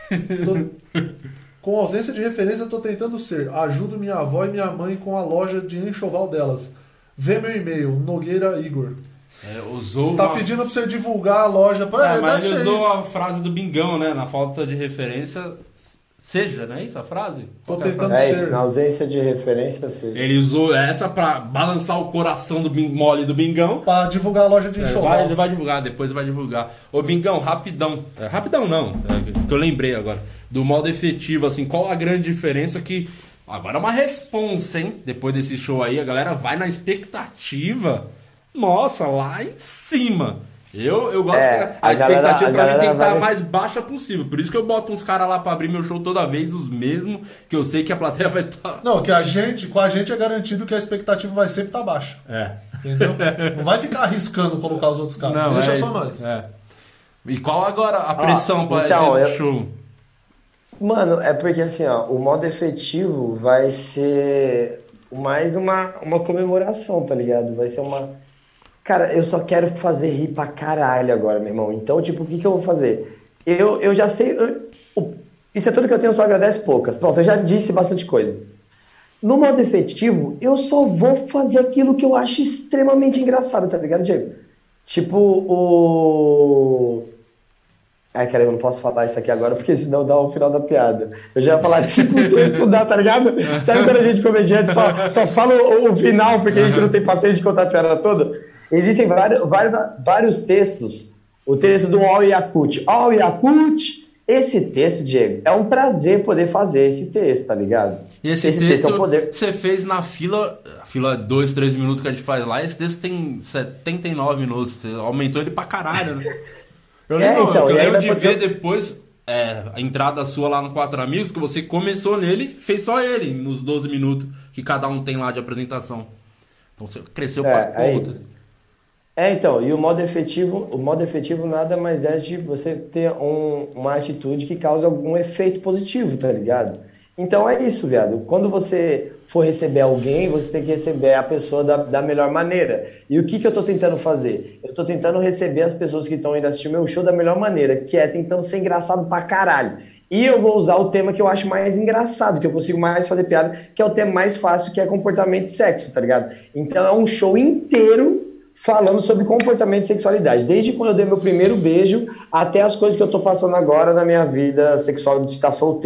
Com ausência de referência, tô tentando ser. Ajudo minha avó e minha mãe com a loja de enxoval delas. Vê meu e-mail, Nogueira Igor. Usou Tá pedindo pra você divulgar a loja. Pra mas deve ele ser usou isso. a frase do Bingão, né? Na falta de referência, seja, não é isso a frase? Tô Qual que é a tentando frase? É ser. isso, na ausência de referência, seja. Ele usou essa pra balançar o coração do mole do Bingão. Pra divulgar a loja de enxoval. Ele vai divulgar, depois vai divulgar. Ô Bingão, rapidão. Rapidão não, que eu lembrei agora. Do modo efetivo, assim, qual a grande diferença que... Agora é uma responsa, hein? Depois desse show aí, a galera vai na expectativa. Nossa, lá em cima. Eu gosto a expectativa pra mim tem que estar a mais baixa possível. Por isso que eu boto uns caras lá pra abrir meu show toda vez, os mesmos, que eu sei que a plateia vai estar... Não, que com a gente é garantido que a expectativa vai sempre estar baixa. Entendeu? Não vai ficar arriscando colocar os outros caras. Não, deixa só nós. E qual agora a pressão pra esse show? Mano, é porque assim, ó, o modo efetivo vai ser mais uma comemoração, tá ligado? Vai ser uma... Cara, eu só quero fazer rir pra caralho agora, meu irmão. Então, tipo, o que eu vou fazer? Eu já sei... Isso é tudo que eu tenho, só agradece poucas. Pronto, eu já disse bastante coisa. No modo efetivo, eu só vou fazer aquilo que eu acho extremamente engraçado, tá ligado, Diego? Tipo, o... Ai, cara, eu não posso falar isso aqui agora, porque senão dá o final da piada. Eu já ia falar, tipo, não dá, tá ligado? Sabe quando a gente, comediante, só fala o final, porque a gente não tem paciência de contar a piada toda? Existem vários textos. O texto do All Yakut. All Yakut, esse texto, Diego, é um prazer poder fazer esse texto, tá ligado? E esse texto é um poder... você fez na fila 2, 3 minutos que a gente faz lá, esse texto tem 79 minutos, você aumentou ele pra caralho, né? Eu lembro de ver depois a entrada sua lá no 4 Amigos, que você começou nele, fez só ele, nos 12 minutos que cada um tem lá de apresentação. Então você cresceu pra conta. Então, e o modo efetivo nada mais é de você ter uma atitude que cause algum efeito positivo, tá ligado? Então é isso, viado. Quando você for receber alguém, você tem que receber a pessoa da melhor maneira. E o que eu tô tentando fazer? Eu tô tentando receber as pessoas que estão indo assistir meu show da melhor maneira, que é tentando ser engraçado pra caralho. E eu vou usar o tema que eu acho mais engraçado, que eu consigo mais fazer piada, que é o tema mais fácil, que é comportamento e sexo, tá ligado? Então é um show inteiro falando sobre comportamento e sexualidade. Desde quando eu dei meu primeiro beijo até as coisas que eu tô passando agora na minha vida sexual de estar solteiro.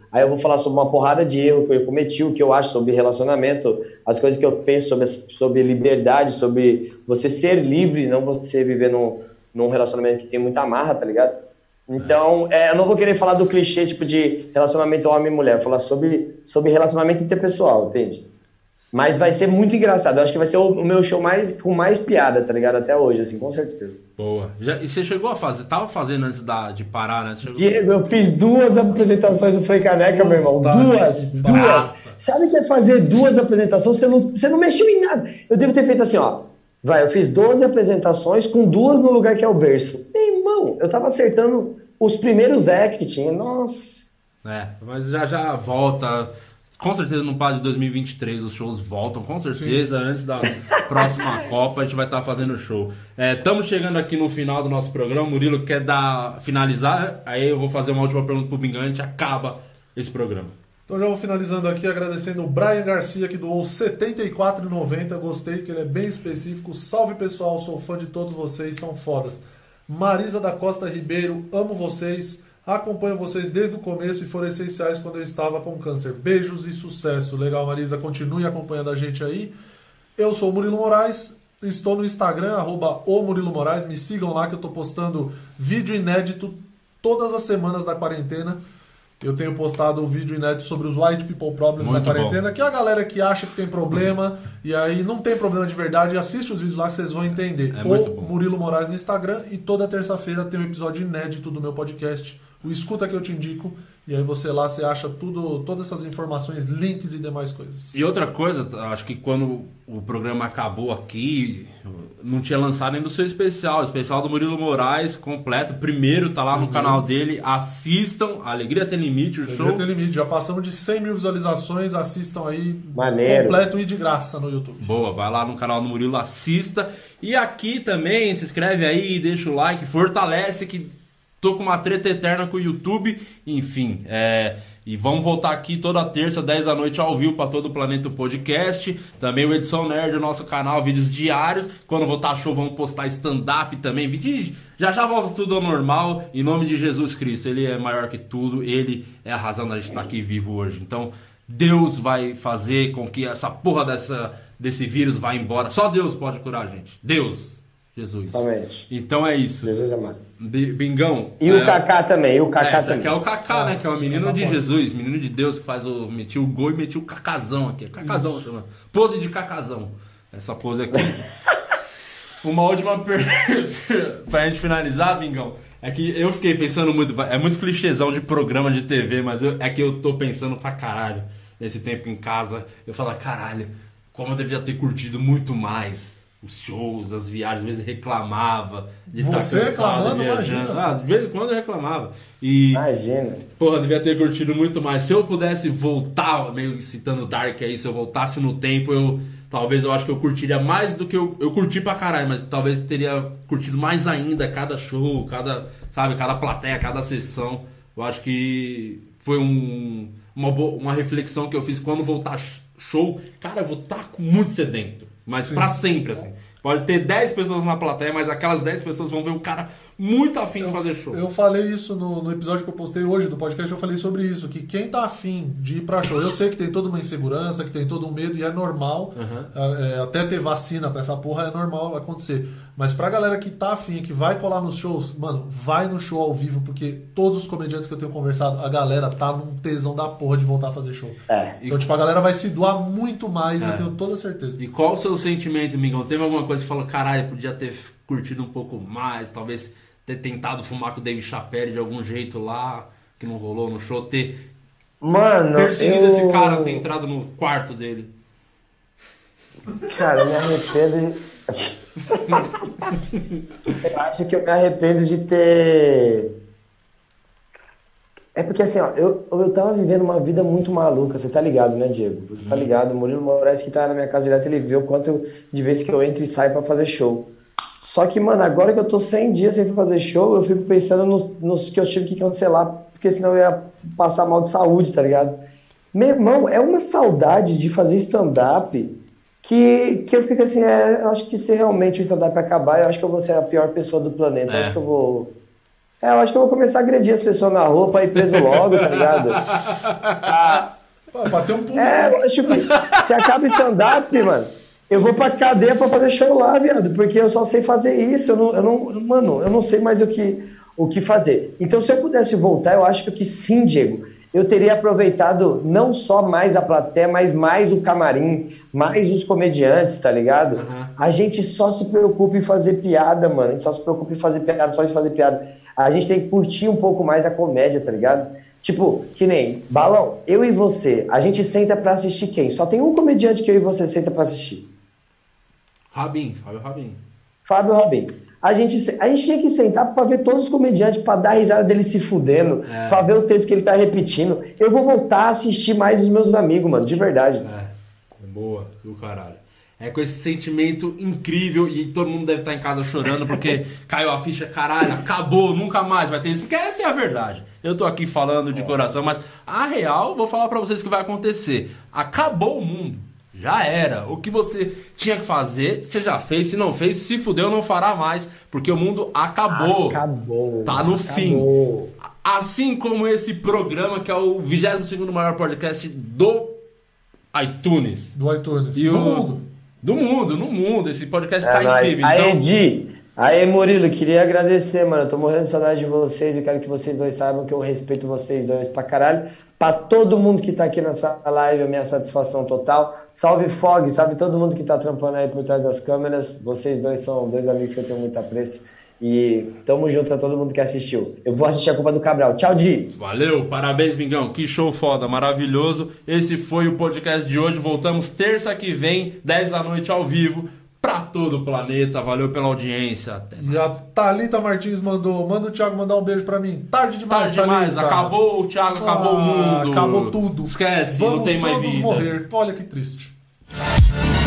Aí eu vou falar sobre uma porrada de erro que eu cometi, o que eu acho sobre relacionamento, as coisas que eu penso sobre liberdade, sobre você ser livre, não você viver num relacionamento que tem muita amarra, tá ligado? Então, eu não vou querer falar do clichê tipo de relacionamento homem e mulher, vou falar sobre relacionamento interpessoal, entende? Mas vai ser muito engraçado. Eu acho que vai ser o meu show com mais piada, tá ligado? Até hoje, assim, com certeza. Boa. E você chegou a fazer? Tava fazendo antes de parar, né? Diego, eu fiz 2 apresentações do Frei Caneca, meu irmão. Duas. Sabe o que é fazer 2 apresentações? Você não mexeu em nada. Eu devo ter feito assim, ó. Eu fiz 12 apresentações com 2 no lugar que é o berço. Meu irmão, eu tava acertando os primeiros que tinha. Nossa. Mas já volta... Com certeza no PAD de 2023 os shows voltam, com certeza. Sim. Antes da próxima Copa a gente vai estar fazendo show. Estamos chegando aqui no final do nosso programa. O Murilo quer finalizar, aí eu vou fazer uma última pergunta pro Bingão e a gente acaba esse programa. Então já vou finalizando aqui agradecendo o Brian Garcia que doou R$ 74,90. Gostei que ele é bem específico. Salve pessoal, sou fã de todos vocês, são fodas. Marisa da Costa Ribeiro, amo vocês. Acompanho vocês desde o começo e foram essenciais quando eu estava com câncer. Beijos e sucesso. Legal, Marisa. Continue acompanhando a gente aí. Eu sou o Murilo Moraes. Estou no Instagram, @o_Murilo_Moraes. Me sigam lá que eu estou postando vídeo inédito todas as semanas da quarentena. Eu tenho postado um vídeo inédito sobre os White People Problems da quarentena, que é a galera que acha que tem problema e aí não tem problema de verdade. Assiste os vídeos lá que vocês vão entender. O Murilo Moraes no Instagram e toda terça-feira tem um episódio inédito do meu podcast, o Escuta Que Eu Te Indico. E aí você acha todas essas informações, links e demais coisas. E outra coisa, acho que quando o programa acabou aqui, não tinha lançado ainda o seu especial. O especial do Murilo Moraes, completo. Primeiro, tá lá no canal dele. Assistam. Alegria Tem Limite, show. Alegria Tem Limite. Já passamos de 100 mil visualizações. Assistam aí. Maneiro. Completo e de graça no YouTube. Boa, vai lá no canal do Murilo, assista. E aqui também, se inscreve aí, deixa o like, fortalece que... Tô com uma treta eterna com o YouTube, enfim, e vamos voltar aqui toda terça, 10 da noite, ao vivo para todo o Planeta Podcast. Também o Edição Nerd, o nosso canal, vídeos diários. Quando voltar show, vamos postar stand-up também. Já volta tudo ao normal, em nome de Jesus Cristo. Ele é maior que tudo, ele é a razão da gente estar aqui vivo hoje. Então, Deus vai fazer com que essa porra desse vírus vá embora. Só Deus pode curar a gente. Deus. Jesus. Somente. Então é isso. Jesus amado. Bingão. E o Kaká também. E o Kaká também. Aqui é o Kaká, né? Que é o menino de Jesus, menino de Deus que metiu o gol e metiu o cacazão aqui. Cacazão chama. Pose de cacazão. Essa pose aqui. Uma última pergunta pra gente finalizar, Bingão. É que eu fiquei pensando muito. É muito clichêzão de programa de TV, mas é que eu tô pensando pra caralho. Nesse tempo em casa. Eu falo, caralho, como eu devia ter curtido muito mais os shows, as viagens, às vezes reclamava de estar cansado, viajando. De vez em quando eu reclamava. Imagina. Porra, devia ter curtido muito mais. Se eu pudesse voltar, meio citando Dark aí, se eu voltasse no tempo, eu acho que eu curtiria mais do que eu curti pra caralho, mas talvez teria curtido mais ainda cada show, cada plateia, cada sessão. Eu acho que foi uma reflexão que eu fiz quando voltar show. Cara, eu vou estar muito sedento. Mas sim, pra sempre, assim. Pode ter 10 pessoas na plateia, mas aquelas 10 pessoas vão ver o cara muito afim de fazer show. Eu falei isso no episódio que eu postei hoje do podcast, eu falei sobre isso, que quem tá afim de ir pra show, eu sei que tem toda uma insegurança, que tem todo um medo, e é normal, até ter vacina pra essa porra é normal acontecer. Mas pra galera que tá afim, que vai colar nos shows, mano, vai no show ao vivo, porque todos os comediantes que eu tenho conversado, a galera tá num tesão da porra de voltar a fazer show. Então, tipo, a galera vai se doar muito mais, eu tenho toda certeza. E qual o seu sentimento, Mingão? Teve alguma coisa que você falou, caralho, podia ter curtido um pouco mais, talvez ter tentado fumar com o Dave Chappelle de algum jeito lá, que não rolou no show, ter perseguido esse cara, ter entrado no quarto dele. Cara, eu me arrependo eu acho que eu me arrependo de ter... É porque assim, ó, eu tava vivendo uma vida muito maluca, você tá ligado, né, Diego? Você tá ligado, o Murilo Moraes que tá na minha casa direto, ele vê o quanto de vezes que eu entro e saio pra fazer show. Só que, mano, agora que eu tô 100 dias sem fazer show, eu fico pensando nos que eu tive que cancelar, porque senão eu ia passar mal de saúde, tá ligado? Meu irmão, é uma saudade de fazer stand-up que eu fico assim, eu acho que se realmente o stand-up acabar, eu acho que eu vou ser a pior pessoa do planeta. Eu acho que eu vou Eu acho que eu vou começar a agredir as pessoas na rua pra ir preso logo, tá ligado? Bater um pulo. Tipo, se acaba o stand-up, mano, eu vou pra cadeia pra fazer show lá, viado, porque eu só sei fazer isso, eu não sei mais o que fazer. Então, se eu pudesse voltar, eu acho que sim, Diego, eu teria aproveitado não só mais a plateia, mas mais o camarim, mais os comediantes, tá ligado? Uhum. A gente só se preocupa em fazer piada, mano, a gente só se preocupa em fazer piada, só em fazer piada. A gente tem que curtir um pouco mais a comédia, tá ligado? Tipo, que nem, Balão, eu e você, a gente senta pra assistir quem? Só tem um comediante que eu e você senta pra assistir. Fábio Rabin. A gente tinha que sentar pra ver todos os comediantes, pra dar a risada dele se fudendo, pra ver o texto que ele tá repetindo. Eu vou voltar a assistir mais os meus amigos, mano, de verdade. Boa, do caralho. É com esse sentimento incrível e todo mundo deve estar em casa chorando porque caiu a ficha, caralho, acabou, nunca mais vai ter isso. Porque essa é a verdade. Eu tô aqui falando de coração, mas a real, vou falar pra vocês o que vai acontecer. Acabou o mundo. Já era. O que você tinha que fazer, você já fez. Se não fez, se fudeu, não fará mais. Porque o mundo acabou. Tá no fim. Assim como esse programa, que é o 22º maior podcast do iTunes. Do iTunes. E do mundo. Esse podcast tá incrível. Aí, Di. Aí, Murilo, queria agradecer, mano. Eu tô morrendo de saudade de vocês. Eu quero que vocês dois saibam que eu respeito vocês dois pra caralho. Pra todo mundo que tá aqui nessa live, a minha satisfação total. Salve Fog, salve todo mundo que tá trampando aí por trás das câmeras. Vocês dois são dois amigos que eu tenho muito apreço. E tamo junto a todo mundo que assistiu. Eu vou assistir a Culpa do Cabral. Tchau, Di. Valeu, parabéns, Bingão. Que show foda, maravilhoso. Esse foi o podcast de hoje. Voltamos terça que vem, 10 da noite ao vivo. Pra todo o planeta, valeu pela audiência. Até mais. E a Thalita Martins manda o Thiago mandar um beijo pra mim. Tarde demais, Thalita. Acabou o Thiago, acabou o mundo. Acabou tudo. Esquece, Vamos não tem mais vida. Vamos todos morrer. Olha que triste.